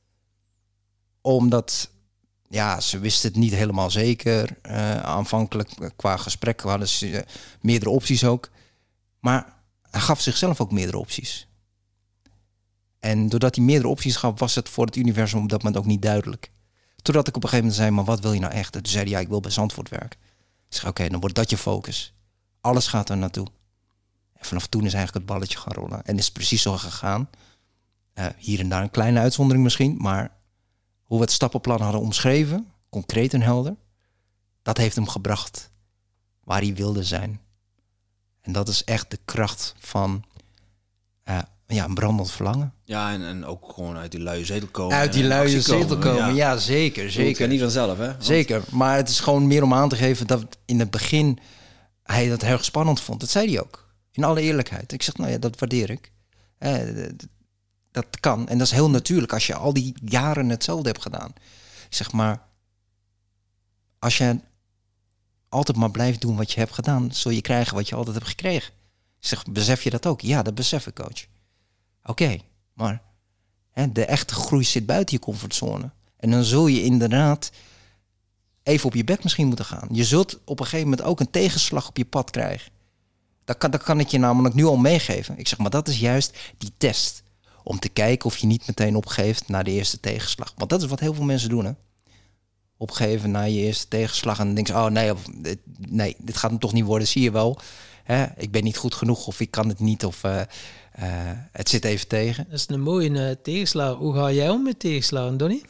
Omdat, ja, ze wisten het niet helemaal zeker. Uh, aanvankelijk qua gesprek hadden ze uh, meerdere opties ook. Maar hij gaf zichzelf ook meerdere opties. En doordat hij meerdere opties gaf, was het voor het universum op dat moment ook niet duidelijk. Totdat ik op een gegeven moment zei, maar wat wil je nou echt? En toen zei hij, ja, ik wil bij Zandvoort werken. Ik zeg, oké, okay, dan wordt dat je focus. Alles gaat er naartoe. En vanaf toen is eigenlijk het balletje gaan rollen. En is het precies zo gegaan. Uh, hier en daar een kleine uitzondering misschien. Maar hoe we het stappenplan hadden omschreven, concreet en helder, dat heeft hem gebracht waar hij wilde zijn. En dat is echt de kracht van... Uh, Ja, een brandend verlangen. Ja, en, en ook gewoon uit die luie zetel komen. Uit die luie zetel komen, komen, ja, ja zeker. zeker. niet vanzelf, hè? Want... Zeker, maar het is gewoon meer om aan te geven dat in het begin hij dat heel erg spannend vond. Dat zei hij ook, in alle eerlijkheid. Ik zeg, nou ja, dat waardeer ik. Eh, dat kan, en dat is heel natuurlijk als je al die jaren hetzelfde hebt gedaan. Ik zeg maar, als je altijd maar blijft doen wat je hebt gedaan, zul je krijgen wat je altijd hebt gekregen. Ik zeg, besef je dat ook? Ja, dat besef ik, coach. Oké, okay, maar hè, de echte groei zit buiten je comfortzone. En dan zul je inderdaad even op je bek misschien moeten gaan. Je zult op een gegeven moment ook een tegenslag op je pad krijgen. Dat kan, dat kan ik je namelijk nu al meegeven. Ik zeg, maar dat is juist die test. Om te kijken of je niet meteen opgeeft na de eerste tegenslag. Want dat is wat heel veel mensen doen, hè. Opgeven na je eerste tegenslag en dan denk je, oh nee, nee, dit gaat hem toch niet worden, zie je wel. Hè, ik ben niet goed genoeg of ik kan het niet of uh, uh, het zit even tegen. Dat is een mooie uh, tegenslag. Hoe ga jij om met tegenslagen, Donnie?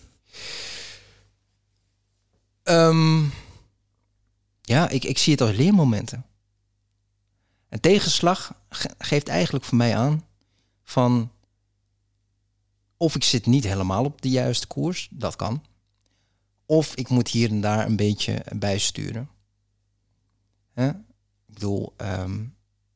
Um, ja, ik, ik zie het als leermomenten. Een tegenslag ge- geeft eigenlijk voor mij aan van of ik zit niet helemaal op de juiste koers, dat kan. Of ik moet hier en daar een beetje bijsturen. Hè? Ik bedoel, um,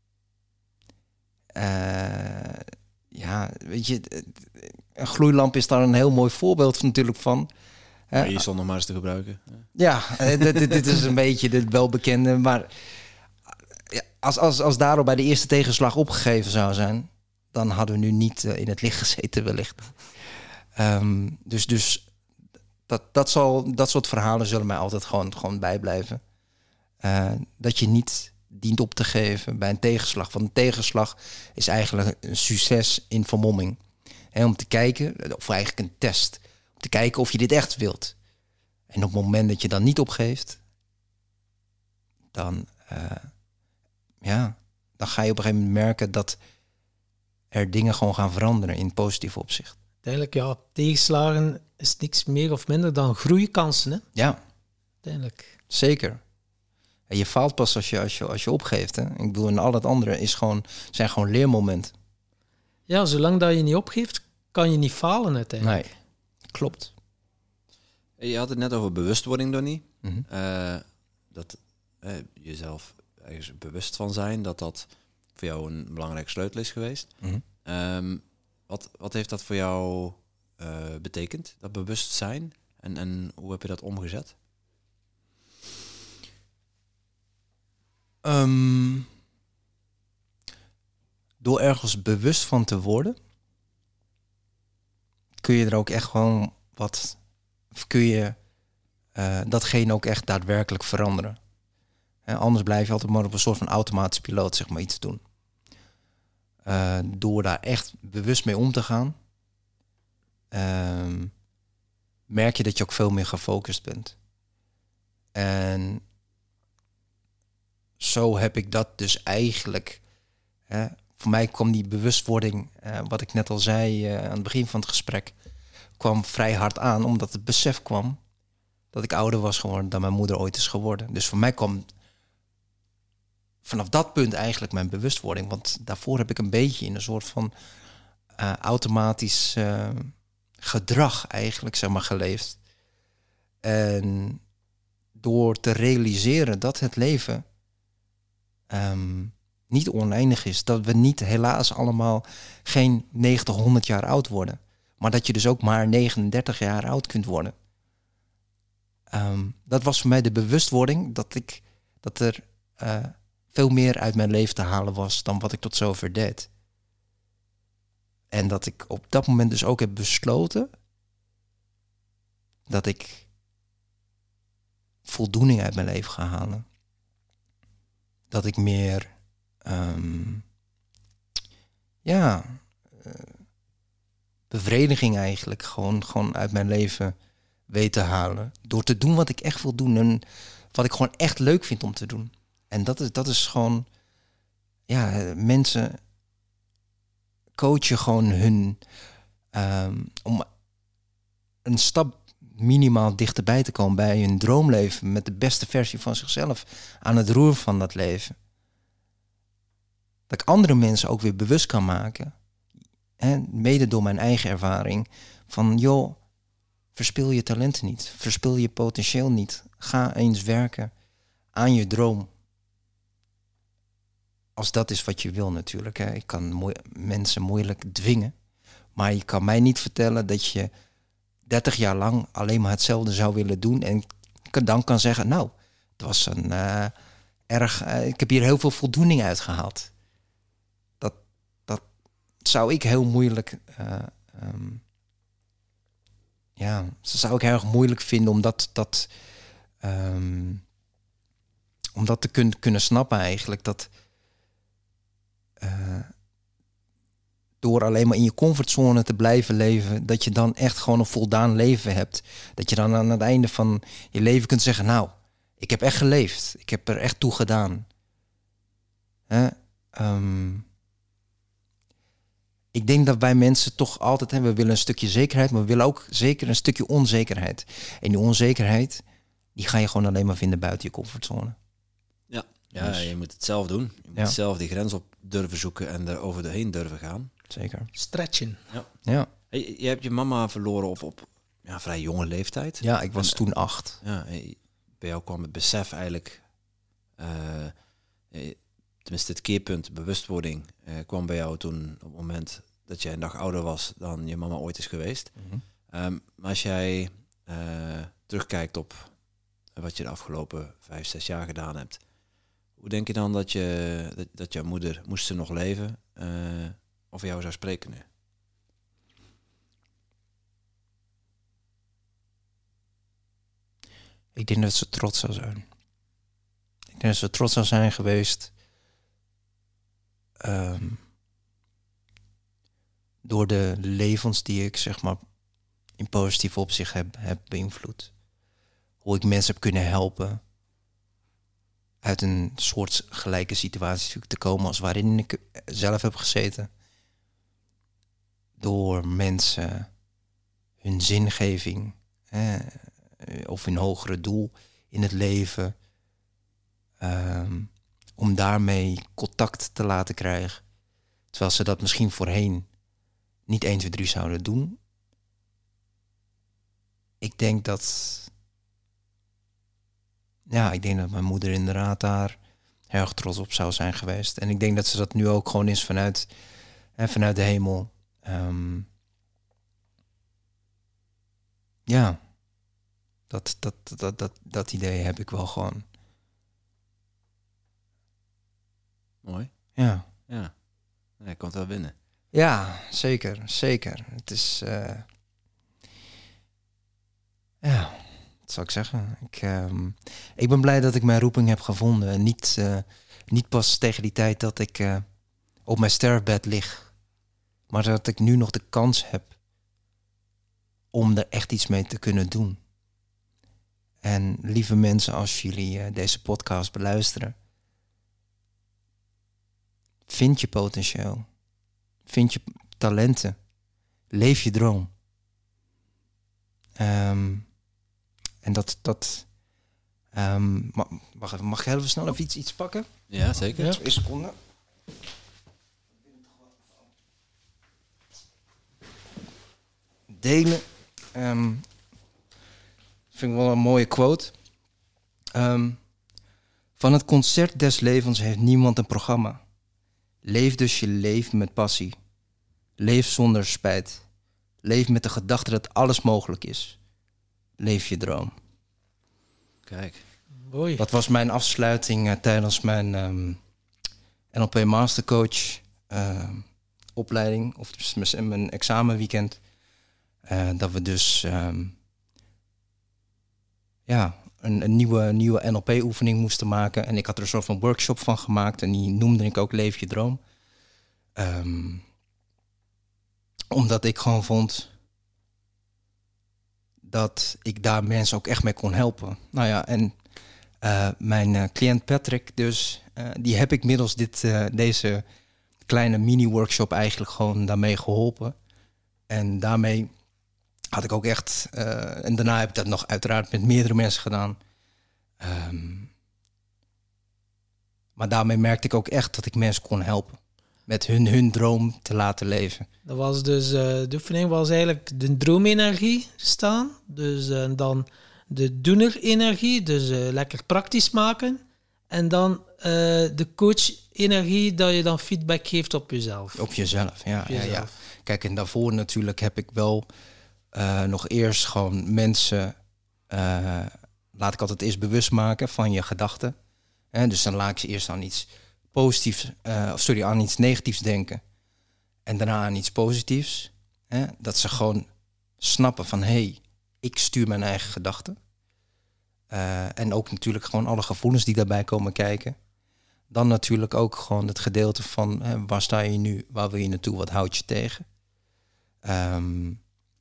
uh, ja, weet je, een gloeilamp is daar een heel mooi voorbeeld natuurlijk van. Ja, je zal nog maar eens te gebruiken. Ja, dit, dit, dit is een beetje de welbekende, maar als, als, als daarop bij de eerste tegenslag opgegeven zou zijn, dan hadden we nu niet uh, in het licht gezeten wellicht. Um, dus dus dat, dat, zal, dat soort verhalen zullen mij altijd gewoon, gewoon bijblijven. Uh, dat je niet dient op te geven bij een tegenslag. Want een tegenslag is eigenlijk een succes in vermomming. He, om te kijken, of eigenlijk een test. Om te kijken of je dit echt wilt. En op het moment dat je dan niet opgeeft, dan, uh, ja, dan ga je op een gegeven moment merken dat er dingen gewoon gaan veranderen in positief opzicht. Uiteindelijk, ja, tegenslagen is niks meer of minder dan groeikansen, hè? Ja, uiteindelijk. Zeker. En je faalt pas als je, als je, als je opgeeft. Hè? Ik bedoel, en al het andere is gewoon, zijn gewoon leermomenten. Ja, zolang dat je niet opgeeft, kan je niet falen uiteindelijk. Nee, klopt. Je had het net over bewustwording, Donnie. Mm-hmm. Uh, dat uh, jezelf ergens bewust van zijn, dat dat voor jou een belangrijk sleutel is geweest. Mm-hmm. Um, wat, wat heeft dat voor jou uh, betekend, dat bewustzijn? En, en hoe heb je dat omgezet? Um, door ergens bewust van te worden, kun je er ook echt gewoon wat, of kun je uh, datgene ook echt daadwerkelijk veranderen. En anders blijf je altijd maar op een soort van automatische piloot, zeg maar, iets doen. Uh, door daar echt bewust mee om te gaan, uh, merk je dat je ook veel meer gefocust bent. En zo heb ik dat dus eigenlijk. Hè, voor mij kwam die bewustwording, uh, wat ik net al zei uh, aan het begin van het gesprek, kwam vrij hard aan, omdat het besef kwam dat ik ouder was geworden dan mijn moeder ooit is geworden. Dus voor mij kwam vanaf dat punt eigenlijk mijn bewustwording. Want daarvoor heb ik een beetje in een soort van uh, automatisch uh, gedrag eigenlijk, zeg maar, geleefd. En door te realiseren dat het leven um, niet oneindig is. Dat we niet helaas allemaal geen negentig, honderd jaar oud worden. Maar dat je dus ook maar negenendertig jaar oud kunt worden. Um, dat was voor mij de bewustwording dat ik dat er uh, veel meer uit mijn leven te halen was dan wat ik tot zover deed. En dat ik op dat moment dus ook heb besloten dat ik voldoening uit mijn leven ga halen. Dat ik meer um, ja uh, bevrediging eigenlijk gewoon, gewoon uit mijn leven weet te halen. Door te doen wat ik echt wil doen en wat ik gewoon echt leuk vind om te doen. En dat is, dat is gewoon, ja, mensen coachen gewoon hun um, om een stap minimaal dichterbij te komen bij hun droomleven met de beste versie van zichzelf aan het roer van dat leven. Dat ik andere mensen ook weer bewust kan maken, hè, mede door mijn eigen ervaring, van joh, verspil je talenten niet, verspil je potentieel niet. Ga eens werken aan je droom. Als dat is wat je wil natuurlijk. Hè. Ik kan moe- mensen moeilijk dwingen. Maar je kan mij niet vertellen dat je dertig jaar lang alleen maar hetzelfde zou willen doen. En dan kan zeggen, nou, het was een uh, erg... Uh, ik heb hier heel veel voldoening uit gehaald. Dat, dat zou ik heel moeilijk... Uh, um, ja, dat zou ik heel erg moeilijk vinden om dat... dat um, om dat te kun, kunnen snappen eigenlijk. Dat... Uh, door alleen maar in je comfortzone te blijven leven, dat je dan echt gewoon een voldaan leven hebt. Dat je dan aan het einde van je leven kunt zeggen, nou, ik heb echt geleefd. Ik heb er echt toe gedaan. Hè? Um, ik denk dat wij mensen toch altijd hebben, we willen een stukje zekerheid, maar we willen ook zeker een stukje onzekerheid. En die onzekerheid, die ga je gewoon alleen maar vinden buiten je comfortzone. Ja, ja dus, je moet het zelf doen. Je moet ja. zelf die grens op durven zoeken en er over doorheen durven gaan. Zeker. Stretchen. Ja. ja. Hey, je hebt je mama verloren op, op ja, vrij jonge leeftijd. Ja, ik was en, toen acht. Ja, bij jou kwam het besef eigenlijk, uh, tenminste het keerpunt, bewustwording, uh, kwam bij jou toen op het moment dat jij een dag ouder was dan je mama ooit is geweest. Mm-hmm. Um, maar als jij uh, terugkijkt op wat je de afgelopen vijf, zes jaar gedaan hebt, hoe denk je dan dat je dat, dat jouw moeder, moest ze nog leven, uh, over jou zou spreken nu? Ik denk dat ze trots zou zijn. Ik denk dat ze trots zou zijn geweest um, door de levens die ik, zeg maar, in positief opzicht heb, heb beïnvloed. Hoe ik mensen heb kunnen helpen uit een soort gelijke situatie te komen als waarin ik zelf heb gezeten. Door mensen hun zingeving, hè, of hun hogere doel in het leven, um, om daarmee contact te laten krijgen. Terwijl ze dat misschien voorheen niet één, twee, drie zouden doen. Ik denk dat... Ja, ik denk dat mijn moeder inderdaad daar heel erg trots op zou zijn geweest. En ik denk dat ze dat nu ook gewoon is vanuit, hè, vanuit de hemel. Um, ja, dat, dat, dat, dat, dat idee heb ik wel gewoon. Mooi. Ja. Ja, hij komt wel binnen. Ja, zeker, zeker. Het is... Uh, ja... Wat zou ik zeggen? Ik, um, ik ben blij dat ik mijn roeping heb gevonden. En niet, uh, niet pas tegen die tijd dat ik uh, op mijn sterfbed lig. Maar dat ik nu nog de kans heb om er echt iets mee te kunnen doen. En lieve mensen, als jullie uh, deze podcast beluisteren, vind je potentieel. Vind je talenten. Leef je droom. Um, En dat, dat Um, mag, wacht even, mag ik heel even snel even iets, iets pakken? Ja, zeker. Ja. Twee seconden. Delen. Um, vind ik wel een mooie quote. Um, van het concert des levens heeft niemand een programma. Leef dus je leven met passie. Leef zonder spijt. Leef met de gedachte dat alles mogelijk is. Leef je droom. Kijk. Mooi. Dat was mijn afsluiting uh, tijdens mijn um, N L P Mastercoach uh, opleiding. Of dus mijn examenweekend. Uh, dat we dus um, ja, een, een nieuwe, nieuwe N L P-oefening moesten maken. En ik had er een soort van workshop van gemaakt. En die noemde ik ook Leef je droom. Um, omdat ik gewoon vond dat ik daar mensen ook echt mee kon helpen. Nou ja, en uh, mijn uh, cliënt Patrick dus, uh, die heb ik middels dit, uh, deze kleine mini-workshop eigenlijk gewoon daarmee geholpen. En daarmee had ik ook echt... Uh, en daarna heb ik dat nog uiteraard met meerdere mensen gedaan. Um, maar daarmee merkte ik ook echt dat ik mensen kon helpen. Met hun, hun droom te laten leven. Dat was dus, uh, de oefening was eigenlijk de droomenergie staan. Dus uh, dan de doener-energie, dus uh, lekker praktisch maken. En dan uh, de coach-energie, dat je dan feedback geeft op jezelf. Op jezelf, ja. Op jezelf. ja, ja. Kijk, en daarvoor natuurlijk heb ik wel uh, nog eerst gewoon mensen... Uh, laat ik altijd eerst bewust maken van je gedachten. Hè? Dus dan laat ik ze eerst aan iets positiefs... Uh, of sorry, aan iets negatiefs denken. En daarna aan iets positiefs. Hè? Dat ze gewoon snappen van... hé, hey, ik stuur mijn eigen gedachten. Uh, en ook natuurlijk gewoon alle gevoelens die daarbij komen kijken. Dan natuurlijk ook gewoon het gedeelte van... Hè, waar sta je nu, waar wil je naartoe, wat houdt je tegen? Um,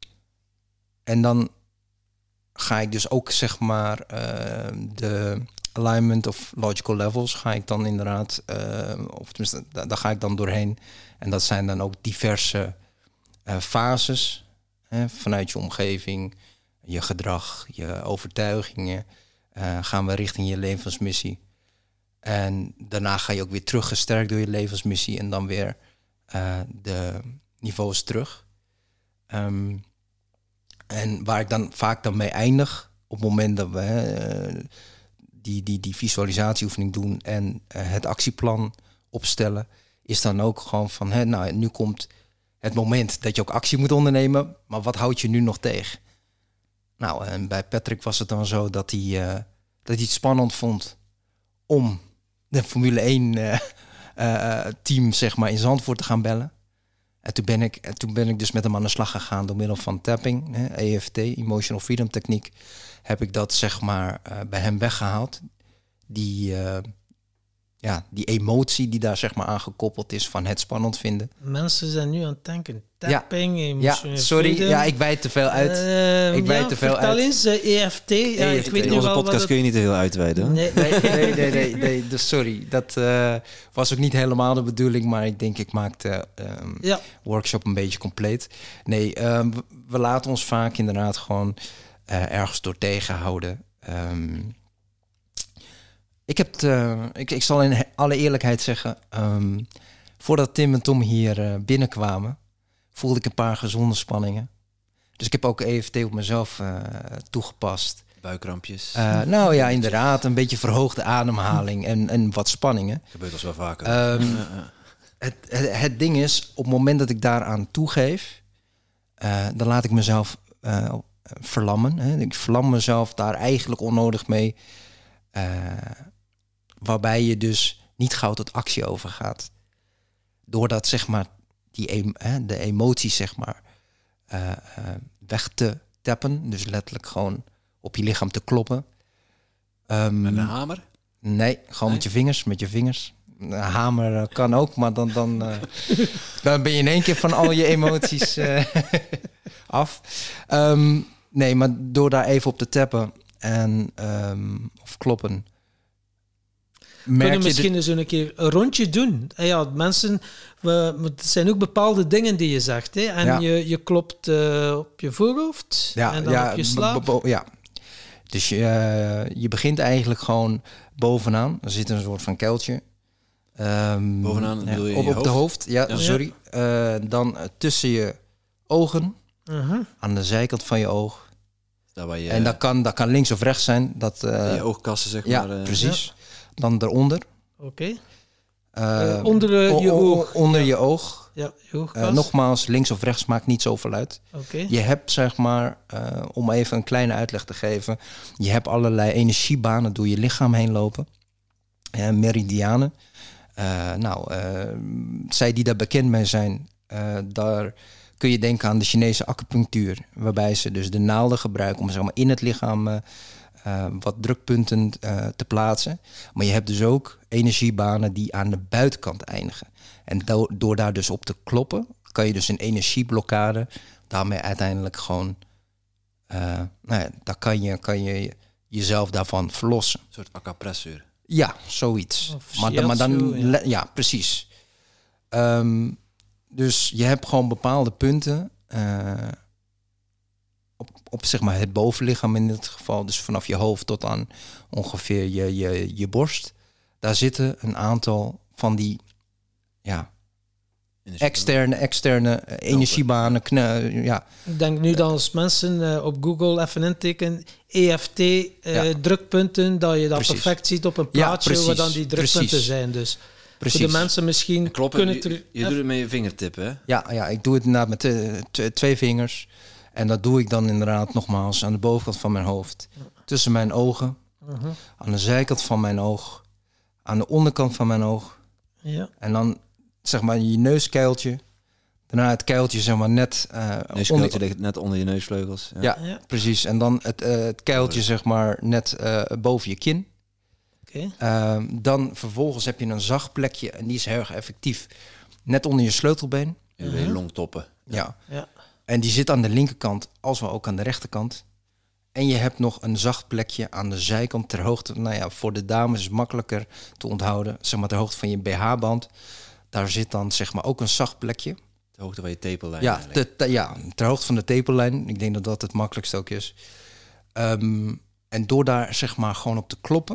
en dan ga ik dus ook zeg maar... Uh, de alignment of logical levels ga ik dan inderdaad... Uh, of tenminste, daar, daar ga ik dan doorheen. En dat zijn dan ook diverse uh, fases... Hè, vanuit je omgeving, je gedrag, je overtuigingen... Uh, gaan we richting je levensmissie. En daarna ga je ook weer terug gesterkt door je levensmissie... en dan weer uh, de niveaus terug. Um, en waar ik dan vaak dan mee eindig... op het moment dat we uh, die, die, die visualisatieoefening doen... en uh, het actieplan opstellen... is dan ook gewoon van... Hè, nou, nu komt het moment dat je ook actie moet ondernemen... maar wat houdt je nu nog tegen? Nou, en bij Patrick was het dan zo dat hij, uh, dat hij het spannend vond... om de Formule één uh, uh, team zeg maar, in Zandvoort te gaan bellen. En toen ben ik, en toen ben ik dus met hem aan de slag gegaan door middel van tapping, hè, E F T, Emotional Freedom Techniek. Heb ik dat zeg maar uh, bij hem weggehaald. Die, uh, ja, die emotie die daar zeg maar aan gekoppeld is van het spannend vinden. Mensen zijn nu aan het denken. Tapping, ja, emotional ja, sorry, freedom. ja, ik wijd te veel uit. Uh, ik wijd ja, te veel vertel uit. eens, uh, E F T. Ja, E F T. ik weet In nu onze wel podcast wat kun je niet te veel uitweiden. Hoor. Nee. Nee, nee, nee, nee, nee, dus sorry. Dat uh, was ook niet helemaal de bedoeling, maar ik denk ik maakte um, ja. workshop een beetje compleet. Nee, um, we, we laten ons vaak inderdaad gewoon uh, ergens door tegenhouden. Um, ik heb het, uh, ik, ik zal in alle eerlijkheid zeggen, um, voordat Tim en Tom hier uh, binnenkwamen, voelde ik een paar gezonde spanningen. Dus ik heb ook E F T op mezelf uh, toegepast. Buikkrampjes. Uh, nou ja, inderdaad. Een beetje verhoogde ademhaling en, en wat spanningen. Gebeurt als wel vaker. Um, het, het, het ding is, op het moment dat ik daaraan toegeef... Uh, dan laat ik mezelf uh, verlammen. Hè. Ik verlam mezelf daar eigenlijk onnodig mee. Uh, waarbij je dus niet gauw tot actie overgaat. Doordat zeg maar die, hè, de emoties zeg maar uh, uh, weg te tappen. Dus letterlijk gewoon op je lichaam te kloppen. Um, met een hamer? Nee, gewoon nee? met je vingers. Met je vingers. Een hamer kan ook, maar dan, dan, uh, dan ben je in één keer van al je emoties uh, af. Um, nee, maar door daar even op te tappen en um, of kloppen. Kunnen we misschien de... eens een keer een rondje doen? En ja, mensen, we, het zijn ook bepaalde dingen die je zegt. Hè? En ja. je, je klopt uh, op je voorhoofd ja, en dan ja, op je slaap. b- b- ja. Dus je, uh, je begint eigenlijk gewoon bovenaan. Er zit een soort van kuiltje. Um, bovenaan bedoel je ja, op, je op hoofd? de hoofd, ja, Ja. sorry. Uh, dan uh, tussen je ogen, Uh-huh. aan de zijkant van je oog. Daar waar je, en dat kan, dat kan links of rechts zijn. Dat, uh, je oogkassen, zeg ja, maar. Uh, precies. Ja. Dan eronder. Oké. Okay. Uh, uh, onder uh, je o- o- oog. Onder ja. je oog. Ja, je oogkas. Uh, nogmaals, links of rechts maakt niet zoveel uit. Okay. Je hebt, zeg maar, uh, om even een kleine uitleg te geven. Je hebt allerlei energiebanen door je lichaam heen lopen. Uh, meridianen. Uh, nou, uh, zij die daar bekend mee zijn, uh, daar kun je denken aan de Chinese acupunctuur. Waarbij ze dus de naalden gebruiken om, zeg maar, in het lichaam uh, uh, wat drukpunten uh, te plaatsen. Maar je hebt dus ook energiebanen die aan de buitenkant eindigen. En do- door daar dus op te kloppen, kan je dus een energieblokkade daarmee uiteindelijk gewoon... Uh, nou ja, daar kan je, kan je jezelf daarvan verlossen. Een soort acupressuur. Ja, zoiets. Of Maar, dan, maar dan, shiatsu, ja. ja, precies. Um, dus je hebt gewoon bepaalde punten uh, op, op zeg maar het bovenlichaam in dit geval. Dus vanaf je hoofd tot aan ongeveer je, je, je borst. Daar zitten een aantal van die ja, externe, externe uh, energiebanen. Kne, ja. Ik denk nu dat als mensen uh, op Google even intikken E F T uh, Ja. drukpunten, dat je dat Precies. perfect ziet op een Ja, plaatje precies. waar dan die drukpunten Precies. zijn. Dus Precies. voor de mensen misschien Klopt, kunnen je, ter- je doet het met je vingertippen, hè? Ja, ja, ik doe het inderdaad met uh, t- twee vingers. En dat doe ik dan inderdaad nogmaals aan de bovenkant van mijn hoofd. Tussen mijn ogen, uh-huh. aan de zijkant van mijn oog, aan de onderkant van mijn oog. Ja. En dan zeg maar je neuskuiltje. Daarna het kuiltje zeg maar net... Uh, neuskuiltje ligt net onder je neusvleugels. Ja, ja, Ja. precies. En dan het, uh, het kuiltje zeg maar net uh, boven je kin. Okay. Uh, dan vervolgens heb je een zacht plekje en die is heel erg effectief. Net onder je sleutelbeen. Je uh-huh. longtoppen. Ja. Ja. En die zit aan de linkerkant als wel ook aan de rechterkant. En je hebt nog een zacht plekje aan de zijkant ter hoogte. Nou ja, voor de dames is het makkelijker te onthouden. Zeg maar ter hoogte van je B H-band. Daar zit dan zeg maar ook een zacht plekje. Ter hoogte van je tepellijn. Ja, te, te, ja, ter hoogte van de tepellijn. Ik denk dat dat het makkelijkste ook is. Um, en door daar zeg maar gewoon op te kloppen.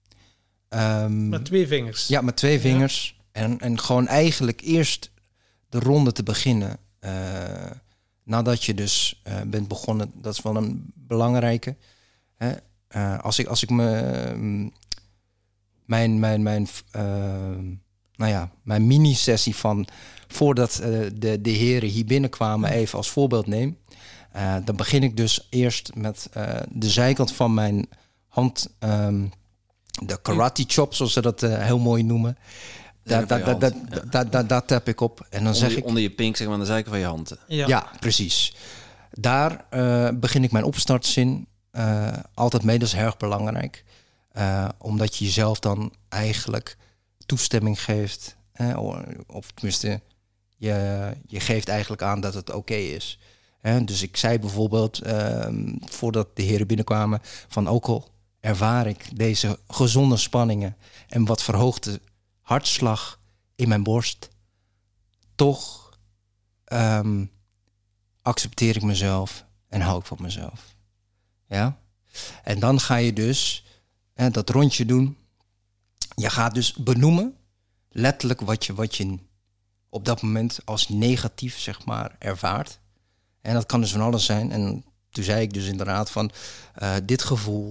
Um, met twee vingers. Ja, met twee vingers. Ja. En, en gewoon eigenlijk eerst de ronde te beginnen. Uh, nadat je dus uh, bent begonnen. Dat is wel een belangrijke. Hè? Uh, als ik, als ik me... Um, mijn, mijn, mijn, uh, nou ja, mijn mini-sessie van... voordat uh, de, de heren hier binnenkwamen even als voorbeeld neem... Uh, dan begin ik dus eerst met uh, de zijkant van mijn hand... Um, de karate chop, zoals ze dat uh, heel mooi noemen. Daar da, da, da, ja. da, da, da tap ik op. En dan onder zeg je, ik... Onder je pink, zeg maar, aan de zijkant van je hand. Ja, ja precies. Daar uh, begin ik mijn opstartzin uh, altijd mee. Dat is heel erg belangrijk. Uh, omdat je jezelf dan eigenlijk toestemming geeft. Eh, of tenminste, je, je geeft eigenlijk aan dat het oké okay is. Eh, dus ik zei bijvoorbeeld, uh, voordat de heren binnenkwamen... van ook al ervaar ik deze gezonde spanningen... en wat verhoogde hartslag in mijn borst... toch um, accepteer ik mezelf en hou ik van mezelf. Ja? En dan ga je dus hè, dat rondje doen. Je gaat dus benoemen, letterlijk wat je, wat je op dat moment als negatief, zeg maar, ervaart. En dat kan dus van alles zijn. En toen zei ik dus inderdaad van uh, dit gevoel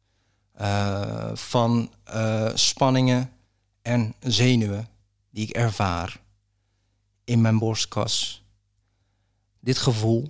uh, van uh, spanningen en zenuwen die ik ervaar in mijn borstkas. Dit gevoel,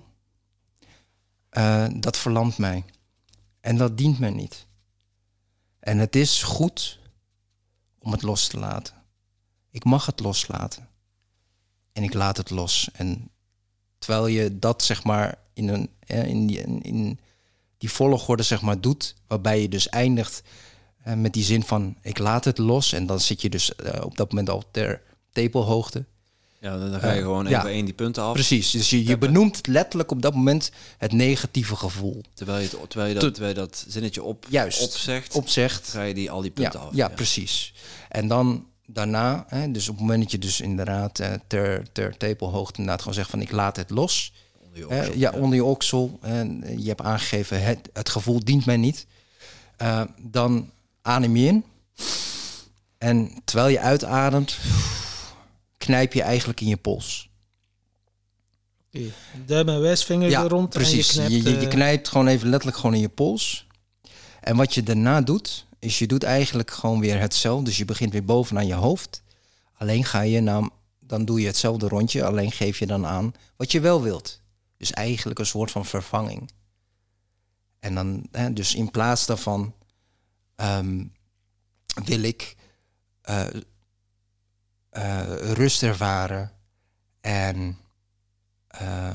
uh, dat verlamt mij. En dat dient mij niet. En het is goed om het los te laten. Ik mag het loslaten. En ik laat het los. En terwijl je dat zeg maar in, een, in, die, in die volgorde zeg maar doet, waarbij je dus eindigt uh, met die zin van ik laat het los. En dan zit je dus uh, op dat moment al ter tepelhoogte. Ja, dan ga je uh, gewoon één voor één die punten af. Precies, dus je, je benoemt letterlijk op dat moment het negatieve gevoel. Terwijl je, het, terwijl je, dat, terwijl je dat zinnetje op, Juist, opzegt, opzegt, ga je die, al die punten ja, af. Ja, ja, precies. En dan daarna, hè, dus op het moment dat je dus inderdaad uh, ter, ter tepelhoogte inderdaad gewoon zegt van ik laat het los. Onder je oksel, uh, ja, ja, onder je oksel. En je hebt aangegeven, het, het gevoel dient mij niet. Uh, dan adem je in. En terwijl je uitademt, knijp je eigenlijk in je pols. Okay. Duim en wijsvinger ja, er rond. Precies. En je, knijpt, je, je, je knijpt gewoon even letterlijk gewoon in je pols. En wat je daarna doet, is je doet eigenlijk gewoon weer hetzelfde. Dus je begint weer bovenaan je hoofd. Alleen ga je nou, dan doe je hetzelfde rondje. Alleen geef je dan aan wat je wel wilt. Dus eigenlijk een soort van vervanging. En dan, hè, dus in plaats daarvan um, wil ik uh, uh, rust ervaren en uh,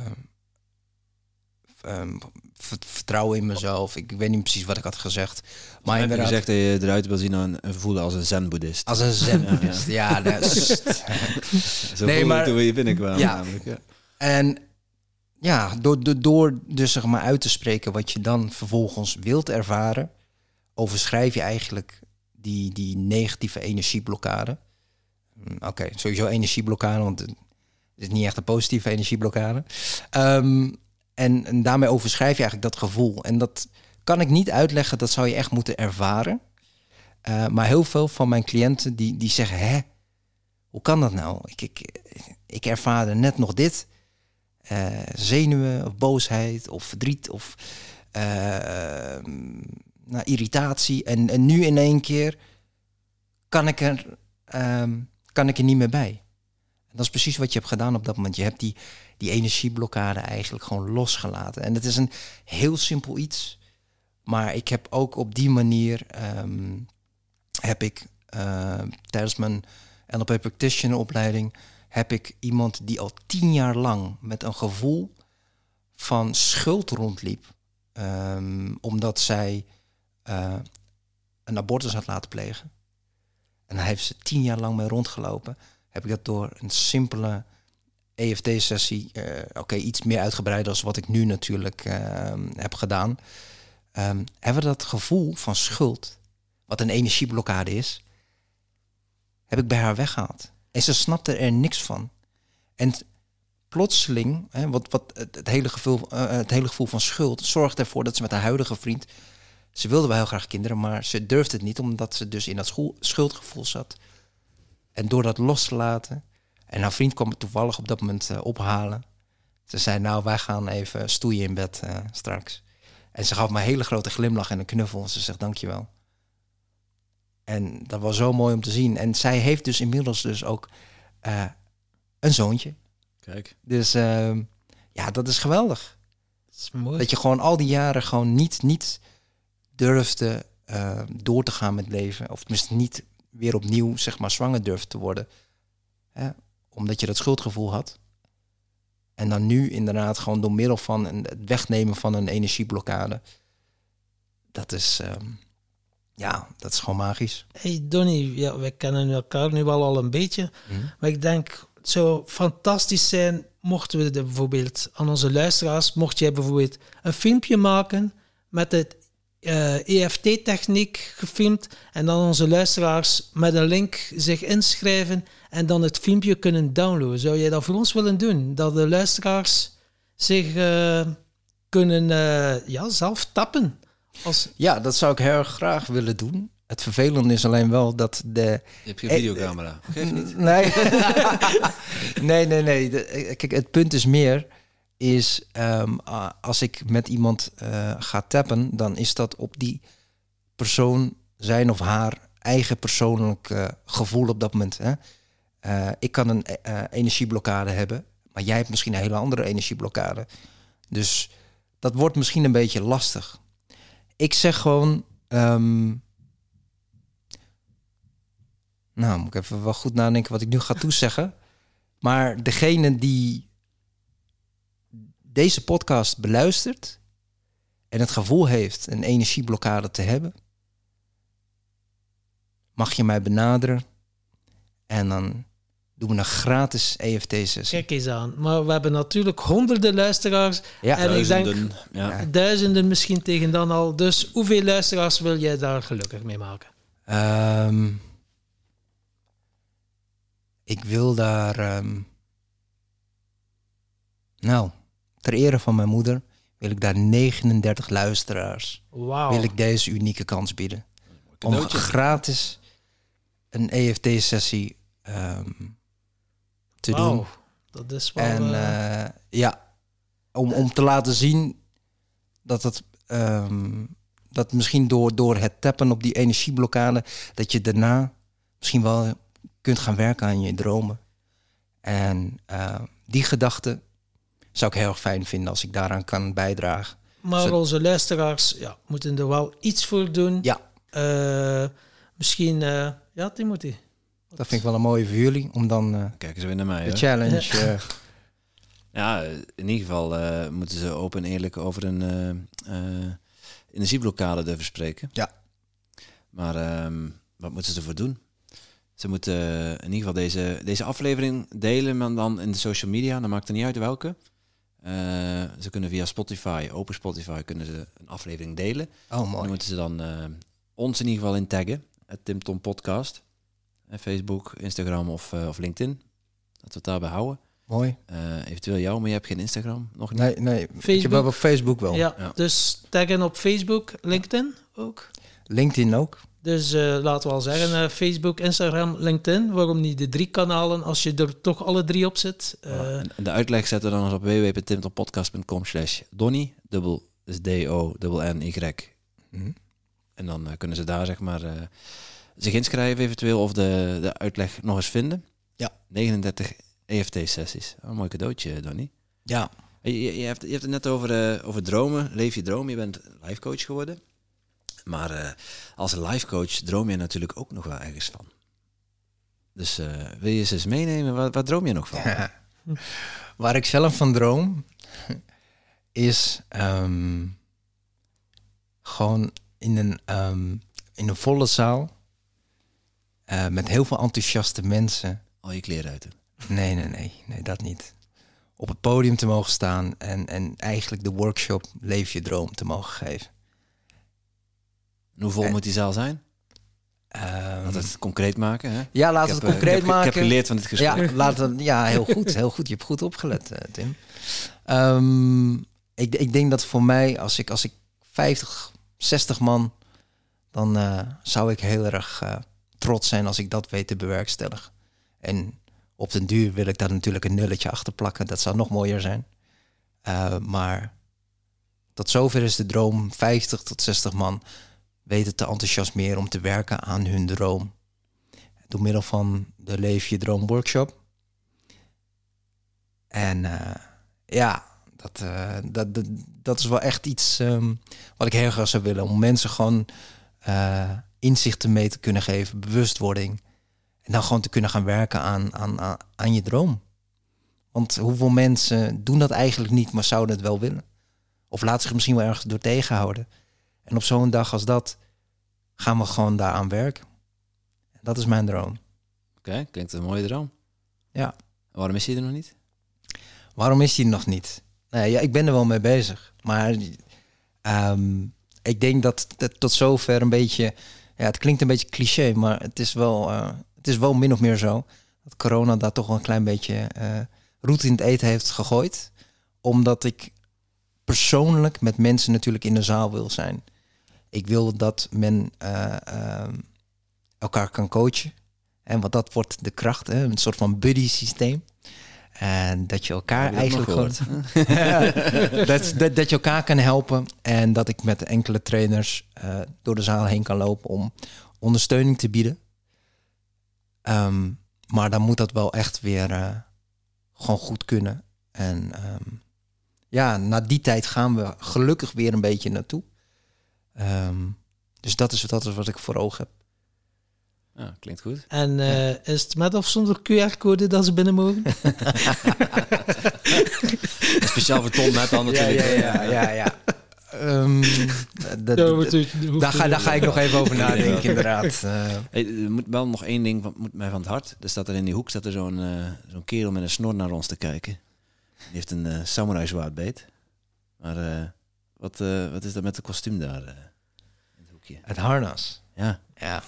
um, vertrouwen in mezelf. Ik weet niet precies wat ik had gezegd. Maar je hebt gezegd dat je eruit wil zien en voelen als een zen-boeddhist. Als een zen-boeddhist, ja. ja dat is... Zo nee, maar toen je binnenkwam. Ja. Namelijk, ja. En ja, door, door, door dus zeg maar uit te spreken wat je dan vervolgens wilt ervaren, overschrijf je eigenlijk die, die negatieve energieblokkade. Oké, okay, sowieso energieblokkade, want het is niet echt een positieve energieblokkade. Um, en, en daarmee overschrijf je eigenlijk dat gevoel. En dat kan ik niet uitleggen, dat zou je echt moeten ervaren. Uh, maar heel veel van mijn cliënten die, die zeggen, hè, hoe kan dat nou? Ik, ik, ik ervaarde net nog dit. Uh, zenuwen of boosheid of verdriet of uh, nou, irritatie. En, en nu in één keer kan ik, er, um, kan ik er niet meer bij. En dat is precies wat je hebt gedaan op dat moment. Je hebt die, die energieblokkade eigenlijk gewoon losgelaten. En het is een heel simpel iets. Maar ik heb ook op die manier... Um, heb ik uh, tijdens mijn N L P Practitioner opleiding... heb ik iemand die al tien jaar lang met een gevoel van schuld rondliep. Um, omdat zij uh, een abortus had laten plegen. En daar heeft ze tien jaar lang mee rondgelopen. Heb ik dat door een simpele E F T-sessie... Uh, Oké, okay, iets meer uitgebreid dan wat ik nu natuurlijk uh, heb gedaan... Um, hebben we dat gevoel van schuld, wat een energieblokkade is... heb ik bij haar weggehaald. En ze snapte er niks van. En plotseling, hè, wat, wat het, het, hele gevoel, uh, het hele gevoel van schuld... zorgde ervoor dat ze met haar huidige vriend... ze wilde wel heel graag kinderen, maar ze durfde het niet... omdat ze dus in dat school, schuldgevoel zat. En door dat los te laten... en haar vriend kwam het toevallig op dat moment uh, ophalen. Ze zei, nou, wij gaan even stoeien in bed uh, straks. En ze gaf me een hele grote glimlach en een knuffel. En ze zegt, dankjewel. En dat was zo mooi om te zien. En zij heeft dus inmiddels dus ook uh, een zoontje. Kijk. Dus uh, ja, dat is geweldig. Dat is mooi. Dat je gewoon al die jaren gewoon niet, niet durfde uh, door te gaan met leven. Of tenminste niet weer opnieuw, zeg maar, zwanger durfde te worden. Hè? Omdat je dat schuldgevoel had. En dan nu inderdaad gewoon door middel van een, het wegnemen van een energieblokkade. Dat is... Um, Ja, dat is gewoon magisch. Hey Donnie, ja, wij kennen elkaar nu wel al een beetje. Mm. Maar ik denk, het zou fantastisch zijn mochten we de, bijvoorbeeld aan onze luisteraars... mocht jij bijvoorbeeld een filmpje maken met het uh, E F T-techniek gefilmd... en dan onze luisteraars met een link zich inschrijven... en dan het filmpje kunnen downloaden. Zou jij dat voor ons willen doen? Dat de luisteraars zich uh, kunnen uh, ja, zelf tappen... Als... Ja, dat zou ik heel graag willen doen. Het vervelende is alleen wel dat de... Je hebt geen videocamera. Geef niet. Nee. nee, nee, nee. De, kijk, het punt is meer... is um, uh, als ik met iemand uh, ga tappen... dan is dat op die persoon zijn of haar eigen persoonlijk uh, gevoel op dat moment. Hè? Uh, ik kan een uh, energieblokkade hebben... maar jij hebt misschien een hele andere energieblokkade. Dus dat wordt misschien een beetje lastig... Ik zeg gewoon... Um, nou, moet ik even wel goed nadenken wat ik nu ga toezeggen. Maar degene die deze podcast beluistert... en het gevoel heeft een energieblokkade te hebben... mag je mij benaderen. En dan doen we een gratis E F T-sessie. Kijk eens aan. Maar we hebben natuurlijk honderden luisteraars. Ja, en duizenden. Ik denk, ja. Duizenden misschien tegen dan al. Dus hoeveel luisteraars wil jij daar gelukkig mee maken? Um, ik wil daar... Um, nou, ter ere van mijn moeder, wil ik daar negenendertig luisteraars, Wauw. wil ik deze unieke kans bieden. Om Cadeautje. gratis een E F T-sessie um, te Wauw. doen. Dat is wel... En uh... uh, ja, om, om te laten zien dat het... Um, dat misschien door, door het tappen op die energieblokkade, dat je daarna misschien wel kunt gaan werken aan je dromen. En uh, die gedachte zou ik heel erg fijn vinden als ik daaraan kan bijdragen. Maar Zo... onze luisteraars ja, moeten er wel iets voor doen. Ja. Uh, misschien, uh, ja, Timothy. Dat vind ik wel een mooie voor jullie, om dan uh, Kijk eens weer naar mij, de hè? challenge... Uh, ja, in ieder geval uh, moeten ze open en eerlijk over een uh, uh, energieblokkade durven spreken. Ja. Maar um, wat moeten ze ervoor doen? Ze moeten uh, in ieder geval deze, deze aflevering delen, maar dan in de social media. Dan maakt het niet uit welke. Uh, ze kunnen via Spotify, open Spotify, kunnen ze een aflevering delen. Oh, mooi. Dan moeten ze dan uh, ons in ieder geval in taggen. Het Tim Tom Podcast. En Facebook, Instagram of, uh, of LinkedIn. Dat we het daarbij houden. Mooi. Uh, eventueel jou, maar je hebt geen Instagram nog niet? Nee, nee. Facebook. Ik heb wel op Facebook wel. Ja, ja, dus taggen op Facebook, LinkedIn ook. LinkedIn ook. Dus uh, laten we al zeggen, uh, Facebook, Instagram, LinkedIn. Waarom niet de drie kanalen als je er toch alle drie op zit? Uh, ja, en de uitleg zetten we dan eens op w w w punt timtompodcast punt com slash Donny. Dubbel is D O dubbel N Y. Mm-hmm. En dan uh, kunnen ze daar zeg maar uh, zich inschrijven eventueel of de, de uitleg nog eens vinden. Ja. negenendertig E F T-sessies. Oh, een mooi cadeautje, Donny. Ja. Je, je, hebt, je hebt het net over, uh, over dromen. Leef je droom. Je bent life coach geworden. Maar uh, als life coach droom je natuurlijk ook nog wel ergens van. Dus uh, wil je ze eens meenemen? Waar, waar droom je nog van? Ja. Waar ik zelf van droom is um, gewoon in een, um, in een volle zaal uh, met heel veel enthousiaste mensen. Al je kleren uit. Nee, nee, nee, nee, dat niet. Op het podium te mogen staan en, en eigenlijk de workshop Leef je droom te mogen geven. En hoe vol en, moet die zaal zijn? Um, laat het concreet maken, hè? Ja, laat het concreet ik heb, maken. Ik heb geleerd van dit gesprek. Ja, laat het, ja heel goed, heel goed. Je hebt goed opgelet, uh, Tim. Um, ik, ik denk dat voor mij, als ik, als ik vijftig, zestig man, dan uh, zou ik heel erg uh, trots zijn als ik dat weet te bewerkstelligen. En op den duur wil ik daar natuurlijk een nulletje achter plakken. Dat zou nog mooier zijn. Uh, maar tot zover is de droom vijftig tot zestig man weten te enthousiasmeren om te werken aan hun droom. Door middel van de Leef je droom workshop. En uh, ja, dat, uh, dat, dat, dat is wel echt iets um, wat ik heel graag zou willen. Om mensen gewoon uh, inzichten mee te kunnen geven, bewustwording. En dan gewoon te kunnen gaan werken aan, aan, aan, aan je droom. Want hoeveel mensen doen dat eigenlijk niet, maar zouden het wel willen? Of laten zich misschien wel ergens door tegenhouden. En op zo'n dag als dat gaan we gewoon daaraan werken. Dat is mijn droom. Oké, okay, klinkt een mooie droom. Ja. En waarom is hij er nog niet? Waarom is hij er nog niet? Nee, ja, ik ben er wel mee bezig. Maar um, ik denk dat het tot zover een beetje... Ja, het klinkt een beetje cliché, maar het is wel, uh, het is wel min of meer zo. Dat corona daar toch wel een klein beetje uh, roet in het eten heeft gegooid. Omdat ik persoonlijk met mensen natuurlijk in de zaal wil zijn. Ik wil dat men uh, uh, elkaar kan coachen. En wat dat wordt de kracht, hè? Een soort van buddy systeem. En dat je elkaar eigenlijk gewoon... dat, dat, dat je elkaar kan helpen. En dat ik met enkele trainers uh, door de zaal heen kan lopen om ondersteuning te bieden. Um, maar dan moet dat wel echt weer uh, gewoon goed kunnen. En um, ja, na die tijd gaan we gelukkig weer een beetje naartoe. Um, dus dat is, dat is wat ik voor ogen heb. Ja, klinkt goed. En uh, ja. Is het met of zonder Q R-code dat ze binnen mogen? Speciaal voor Tom net dan natuurlijk. Ja, ja, ja. ja, ja. Um, dat, dat, daar, ga, daar ga ik nog even over nadenken, inderdaad. Uh. Hey, er moet wel nog één ding, wat moet mij van het hart. Er staat er in die hoek staat er zo'n, uh, zo'n kerel met een snor naar ons te kijken. Die heeft een uh, samurai zwaard beet. Maar uh, wat, uh, wat is dat met het kostuum daar? Uh, in het hoekje? Het harnas. Ja. Ja.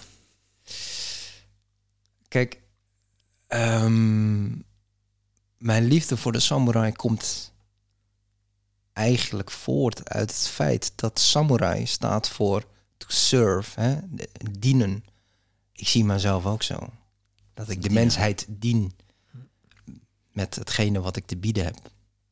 Kijk, um, mijn liefde voor de samurai komt eigenlijk voort uit het feit dat samurai staat voor to serve, hè, dienen. Ik zie mezelf ook zo. Dat ik de Ja. mensheid dien met hetgene wat ik te bieden heb.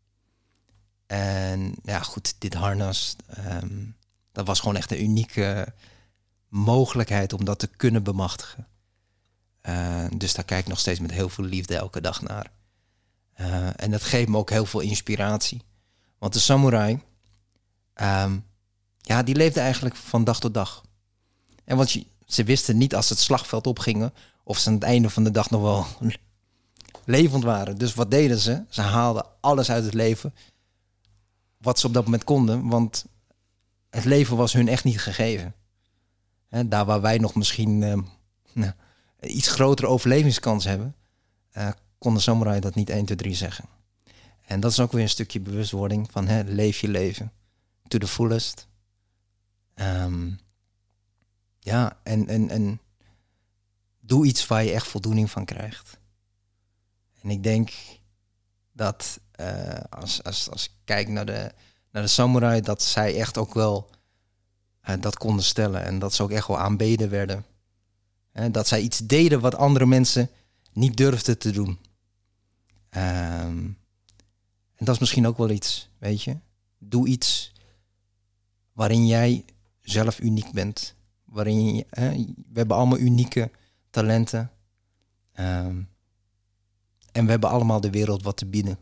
En ja, goed, dit harnas, um, dat was gewoon echt een unieke mogelijkheid om dat te kunnen bemachtigen. Uh, dus daar kijk ik nog steeds met heel veel liefde elke dag naar. Uh, en dat geeft me ook heel veel inspiratie. Want de samurai, um, ja, die leefde eigenlijk van dag tot dag. En want je, ze wisten niet als ze het slagveld opgingen of ze aan het einde van de dag nog wel levend waren. Dus wat deden ze? Ze haalden alles uit het leven wat ze op dat moment konden, want het leven was hun echt niet gegeven. He, daar waar wij nog misschien uh, nou, iets grotere overlevingskans hebben, uh, kon de samurai dat niet één, twee, drie zeggen. En dat is ook weer een stukje bewustwording van he, leef je leven to the fullest. Um, ja, en, en, en doe iets waar je echt voldoening van krijgt. En ik denk dat uh, als, als, als ik kijk naar de, naar de samurai, dat zij echt ook wel uh, dat konden stellen. En dat ze ook echt wel aanbeden werden. Uh, dat zij iets deden wat andere mensen niet durfden te doen. Um, en dat is misschien ook wel iets, weet je. Doe iets waarin jij zelf uniek bent. Waarin je, hè, we hebben allemaal unieke talenten. Um, en we hebben allemaal de wereld wat te bieden.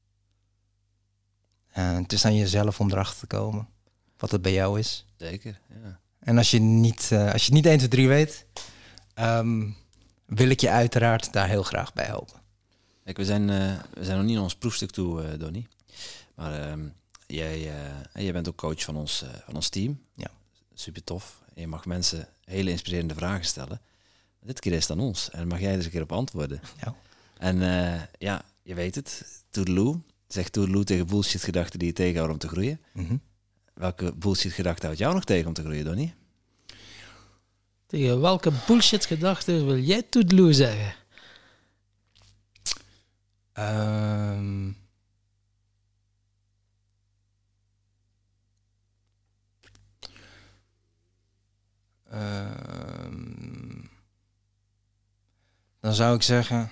Uh, het is aan jezelf om erachter te komen wat het bij jou is. Zeker, ja. En als je niet, uh, als je niet één, twee, drie weet, um, wil ik je uiteraard daar heel graag bij helpen. Kijk, we zijn, uh, we zijn nog niet aan ons proefstuk toe, uh, Donnie. Maar uh, jij, uh, jij bent ook coach van ons, uh, van ons team. Ja. Super tof. En je mag mensen hele inspirerende vragen stellen. Maar dit keer is het aan ons. En dan mag jij er eens een keer op antwoorden. Ja. En uh, ja, je weet het. Toedeloe. Zeg toedeloe tegen bullshit gedachten die je tegenhouden om te groeien. Mm-hmm. Welke bullshit gedachten houdt jou nog tegen om te groeien, Donnie? Tegen welke bullshit gedachten wil jij toedeloe zeggen? Um, um, dan zou ik zeggen,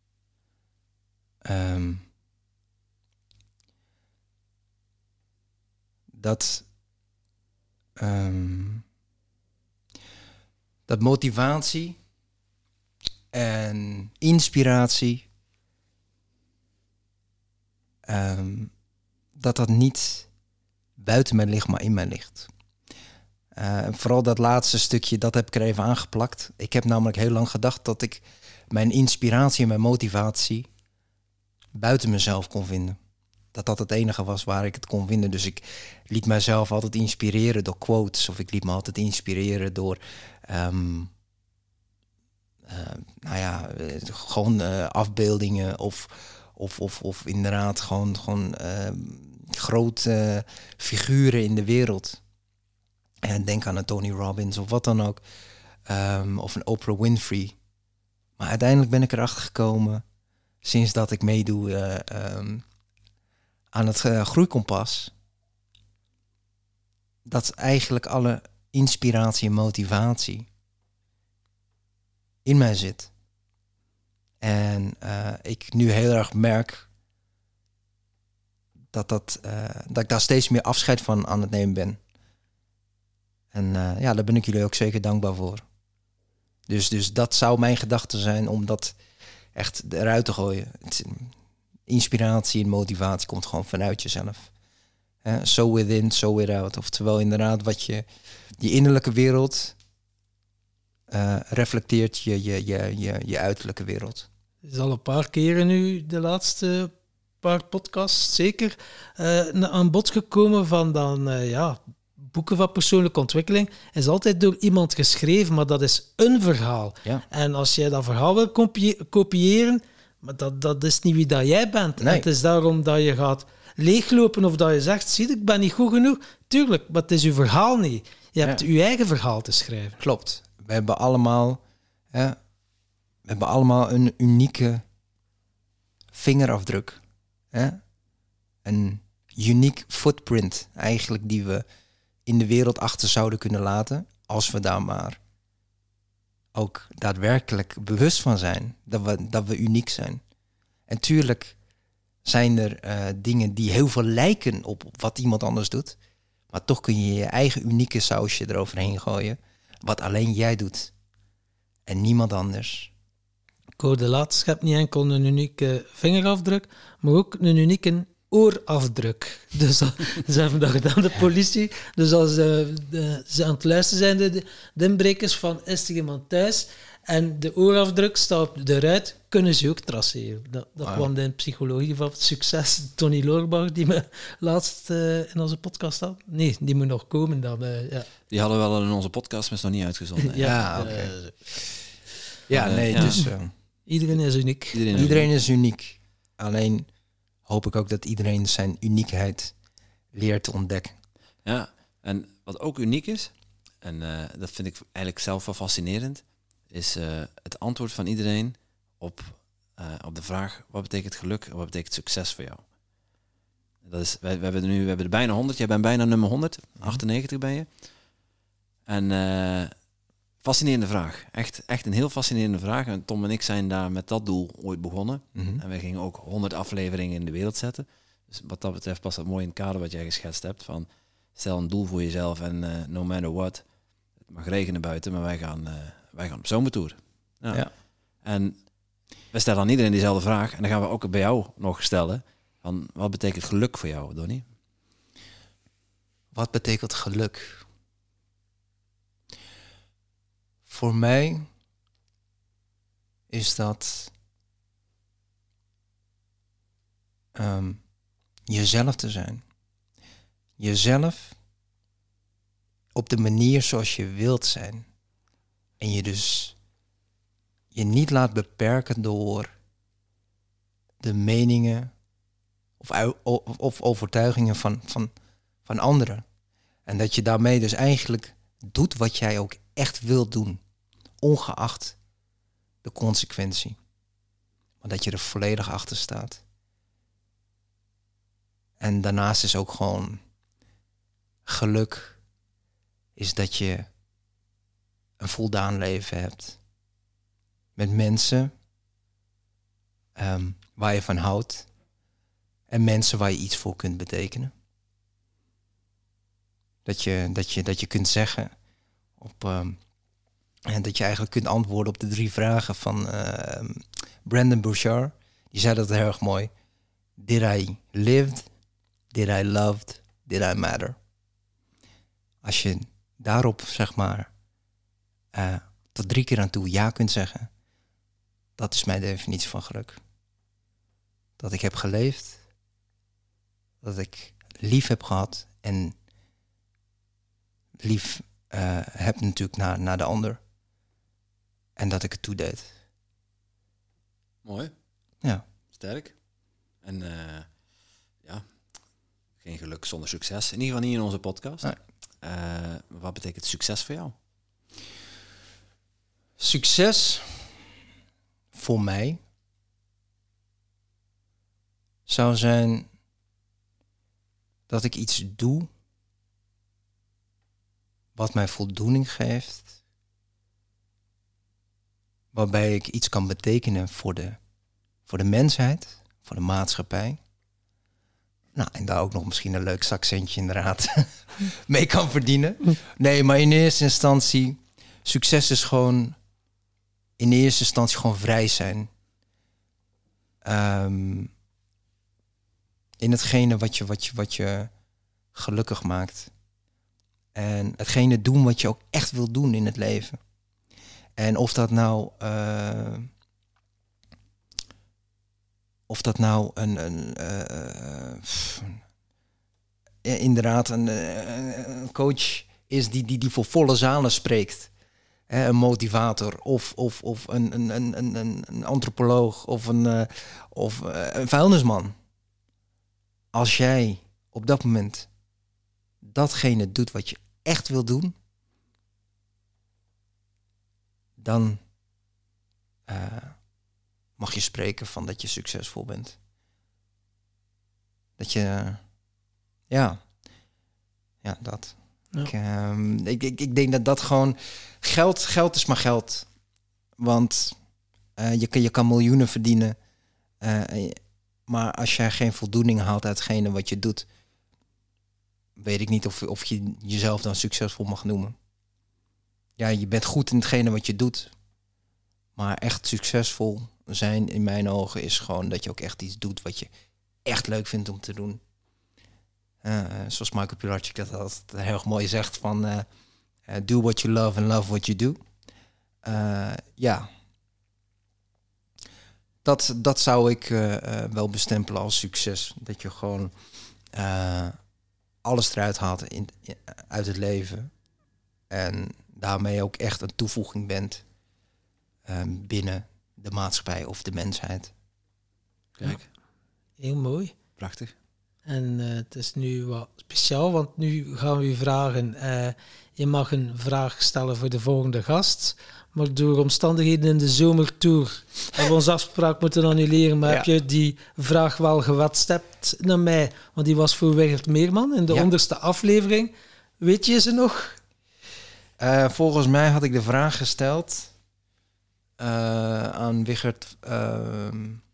um, dat, um, dat motivatie en inspiratie, Um, dat dat niet buiten mij ligt, maar in mij ligt. Uh, vooral dat laatste stukje, dat heb ik er even aangeplakt. Ik heb namelijk heel lang gedacht dat ik mijn inspiratie en mijn motivatie buiten mezelf kon vinden. Dat dat het enige was waar ik het kon vinden. Dus ik liet mezelf altijd inspireren door quotes. Of ik liet me altijd inspireren door Um, uh, nou ja, gewoon uh, afbeeldingen of... Of, of, of inderdaad gewoon, gewoon uh, grote figuren in de wereld. En denk aan een Tony Robbins of wat dan ook. Um, of een Oprah Winfrey. Maar uiteindelijk ben ik erachter gekomen, sinds dat ik meedoe uh, um, aan het uh, groeikompas, dat eigenlijk alle inspiratie en motivatie in mij zit. En uh, ik nu heel erg merk dat, dat, uh, dat ik daar steeds meer afscheid van aan het nemen ben. En uh, ja, daar ben ik jullie ook zeker dankbaar voor. Dus, dus dat zou mijn gedachte zijn om dat echt eruit te gooien. Het, inspiratie en motivatie komt gewoon vanuit jezelf. Uh, so within, so without. Oftewel inderdaad wat je, die innerlijke wereld Uh, reflecteert je, je, je, je, je uiterlijke wereld. Het is al een paar keren nu, de laatste paar podcasts zeker, uh, aan bod gekomen van dan, uh, ja, boeken van persoonlijke ontwikkeling is altijd door iemand geschreven, maar dat is een verhaal. Ja. En als jij dat verhaal wil kopie- kopiëren, maar dat, dat is niet wie dat jij bent. Nee. Het is daarom dat je gaat leeglopen of dat je zegt, zie ik ben niet goed genoeg. Tuurlijk, maar het is uw verhaal niet. Je hebt Ja. uw eigen verhaal te schrijven. Klopt. We hebben allemaal, hè, we hebben allemaal een unieke vingerafdruk. Hè? Een unique footprint eigenlijk die we in de wereld achter zouden kunnen laten, als we daar maar ook daadwerkelijk bewust van zijn dat we, dat we uniek zijn. En tuurlijk zijn er uh, dingen die heel veel lijken op, op wat iemand anders doet, maar toch kun je je eigen unieke sausje eroverheen gooien, wat alleen jij doet en niemand anders. Ik hoorde laatst, je hebt niet enkel een unieke vingerafdruk, maar ook een unieke oorafdruk. Dus uh, ze hebben dat gedaan, de politie. Dus als uh, de, ze aan het luisteren zijn, de, de inbrekers, van is er iemand thuis? En de oorafdruk staat op de ruit, kunnen ze ook traceren. Dat, dat wow. kwam in psychologie van succes. Tony Loorbach, die me laatst uh, in onze podcast had. Nee, die moet nog komen dan. Uh, ja. Die hadden we wel in onze podcast, maar is nog niet uitgezonden. ja, ja oké. Okay. Uh, ja, nee, ja. dus... Uh, iedereen is uniek. Iedereen, iedereen is uniek. Alleen hoop ik ook dat iedereen zijn uniekheid leert te ontdekken. Ja, en wat ook uniek is, en uh, dat vind ik eigenlijk zelf wel fascinerend, is uh, het antwoord van iedereen op, uh, op de vraag: wat betekent geluk en wat betekent succes voor jou? Dat is, wij, we hebben er nu we hebben er bijna honderd. Jij bent bijna nummer honderd. achtennegentig ben je. En uh, fascinerende vraag. Echt, echt een heel fascinerende vraag. En Tom en ik zijn daar met dat doel ooit begonnen. Mm-hmm. En wij gingen ook honderd afleveringen in de wereld zetten. Dus wat dat betreft past dat mooi in het kader wat jij geschetst hebt. Van stel een doel voor jezelf en uh, no matter what. Het mag regenen buiten, maar wij gaan... Uh, Wij gaan op zomertour. Ja. Ja. En we stellen aan iedereen diezelfde vraag. En dan gaan we ook bij jou nog stellen. Van, wat betekent geluk voor jou, Donnie? Wat betekent geluk? Voor mij is dat um, jezelf te zijn. Jezelf op de manier zoals je wilt zijn. En je dus je niet laat beperken door de meningen of, of, of overtuigingen van, van, van anderen. En dat je daarmee dus eigenlijk doet wat jij ook echt wilt doen. Ongeacht de consequentie. Maar dat je er volledig achter staat. En daarnaast is ook gewoon geluk is dat je een voldaan leven hebt. Met mensen um, waar je van houdt. En mensen waar je iets voor kunt betekenen. Dat je, dat je, dat je kunt zeggen op... Um, en dat je eigenlijk kunt antwoorden op de drie vragen van uh, Brandon Bouchard. Die zei dat heel erg mooi. Did I live? Did I loved? Did I matter? Als je daarop, zeg maar, uh, tot drie keer aan toe ja kunt zeggen. Dat is mijn definitie van geluk. Dat ik heb geleefd. Dat ik lief heb gehad. En lief uh, heb natuurlijk naar, naar de ander. En dat ik het toedeed. Mooi. Ja. Sterk. En uh, ja, geen geluk zonder succes. In ieder geval niet in onze podcast. Nee. Uh, wat betekent succes voor jou? Succes voor mij zou zijn dat ik iets doe wat mij voldoening geeft, waarbij ik iets kan betekenen voor de, voor de mensheid, voor de maatschappij. Nou, en daar ook nog misschien een leuk zakcentje inderdaad mee kan verdienen. Nee, maar in eerste instantie, succes is gewoon in eerste instantie gewoon vrij zijn. Um, in hetgene wat je, wat je, wat je gelukkig maakt. En hetgene doen wat je ook echt wil doen in het leven. En of dat nou... Uh, of dat nou een... een uh, inderdaad een, een coach is die, die, die voor volle zalen spreekt. Hè, een motivator. Of, of, of een, een, een, een, een antropoloog. Of een, uh, of uh, een vuilnisman. Als jij op dat moment datgene doet wat je echt wil doen, dan uh, mag je spreken van dat je succesvol bent. Dat je, ja, ja, dat. Ja. Ik, um, ik, ik, ik denk dat dat gewoon... Geld, geld is maar geld. Want uh, je, kan, je kan miljoenen verdienen. Uh, maar als jij geen voldoening haalt uit hetgene wat je doet... weet ik niet of, of je jezelf dan succesvol mag noemen. Ja, je bent goed in hetgene wat je doet. Maar echt succesvol zijn in mijn ogen is gewoon dat je ook echt iets doet wat je echt leuk vindt om te doen. Uh, zoals Michael Pilarczyk dat altijd heel erg mooi zegt van uh, uh, do what you love and love what you do. Uh, ja, dat, dat zou ik uh, uh, wel bestempelen als succes. Dat je gewoon uh, alles eruit haalt in, in, uit het leven. En daarmee ook echt een toevoeging bent uh, binnen de maatschappij of de mensheid. Kijk. Ja, heel mooi. Prachtig. En uh, het is nu wat speciaal, want nu gaan we u vragen... Uh, je mag een vraag stellen voor de volgende gast... maar door omstandigheden in de zomertour... hebben we onze afspraak moeten annuleren... maar ja. heb je die vraag wel gewatstapt naar mij? Want die was voor Wigert Meerman in de ja. onderste aflevering. Weet je ze nog? Uh, volgens mij had ik de vraag gesteld... Uh, aan Wigert... Uh,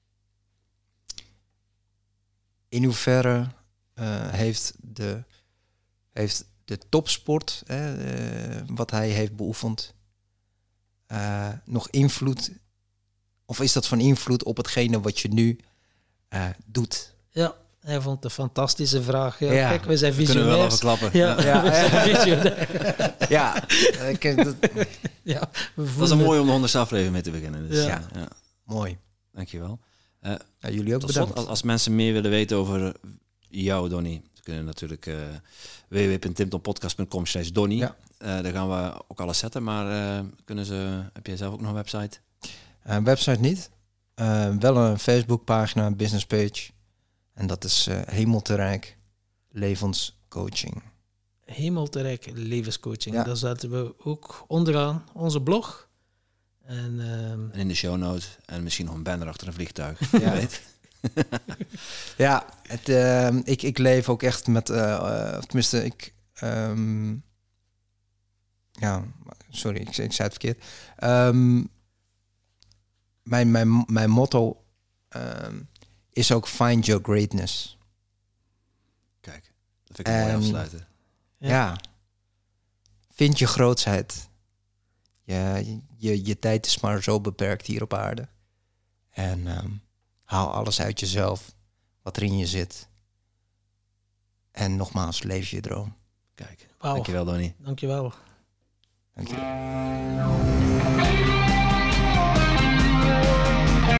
in hoeverre uh, heeft, de, heeft de topsport, hè, uh, wat hij heeft beoefend, uh, nog invloed, of is dat van invloed op hetgene wat je nu uh, doet? Ja, hij vond het een fantastische vraag. Ja, ja. Kijk, we zijn visionairs. Kunnen we wel verklappen. Ja, ja. ja. we zijn visionairs. ja. Ik, dat... ja we dat was een mooi om de honderdste aflevering mee te beginnen. Dus, ja. ja, ja. Mooi. Dankjewel. Uh, ja, jullie ook bedankt. Slot, als, als mensen meer willen weten over jou, Donnie, ze kunnen natuurlijk uh, w w w punt timtompodcast punt com slash Donnie. Ja. Uh, daar gaan we ook alles zetten, maar uh, kunnen ze, heb jij zelf ook nog een website? Een uh, website niet. Uh, wel een Facebookpagina, een business page. En dat is uh, Hemelterrijk Levenscoaching. Hemelterrijk Levenscoaching. Ja. Daar zetten we ook onderaan onze blog. En, um... en in de show notes. En misschien nog een banner achter een vliegtuig. Ja, weet. ja het, uh, ik, ik leef ook echt met... Uh, uh, tenminste, ik... Um, ja, sorry, ik, ik zei het verkeerd. Um, mijn, mijn, mijn motto um, is ook find your greatness. Kijk, dat vind ik een mooi afsluiten. Ja. ja, vind je grootsheid. Je, je, je tijd is maar zo beperkt hier op aarde. En um, haal alles uit jezelf, wat er in je zit. En nogmaals, leef je droom. Kijk, wow. Dankjewel, Donnie. Dankjewel. Dankjewel.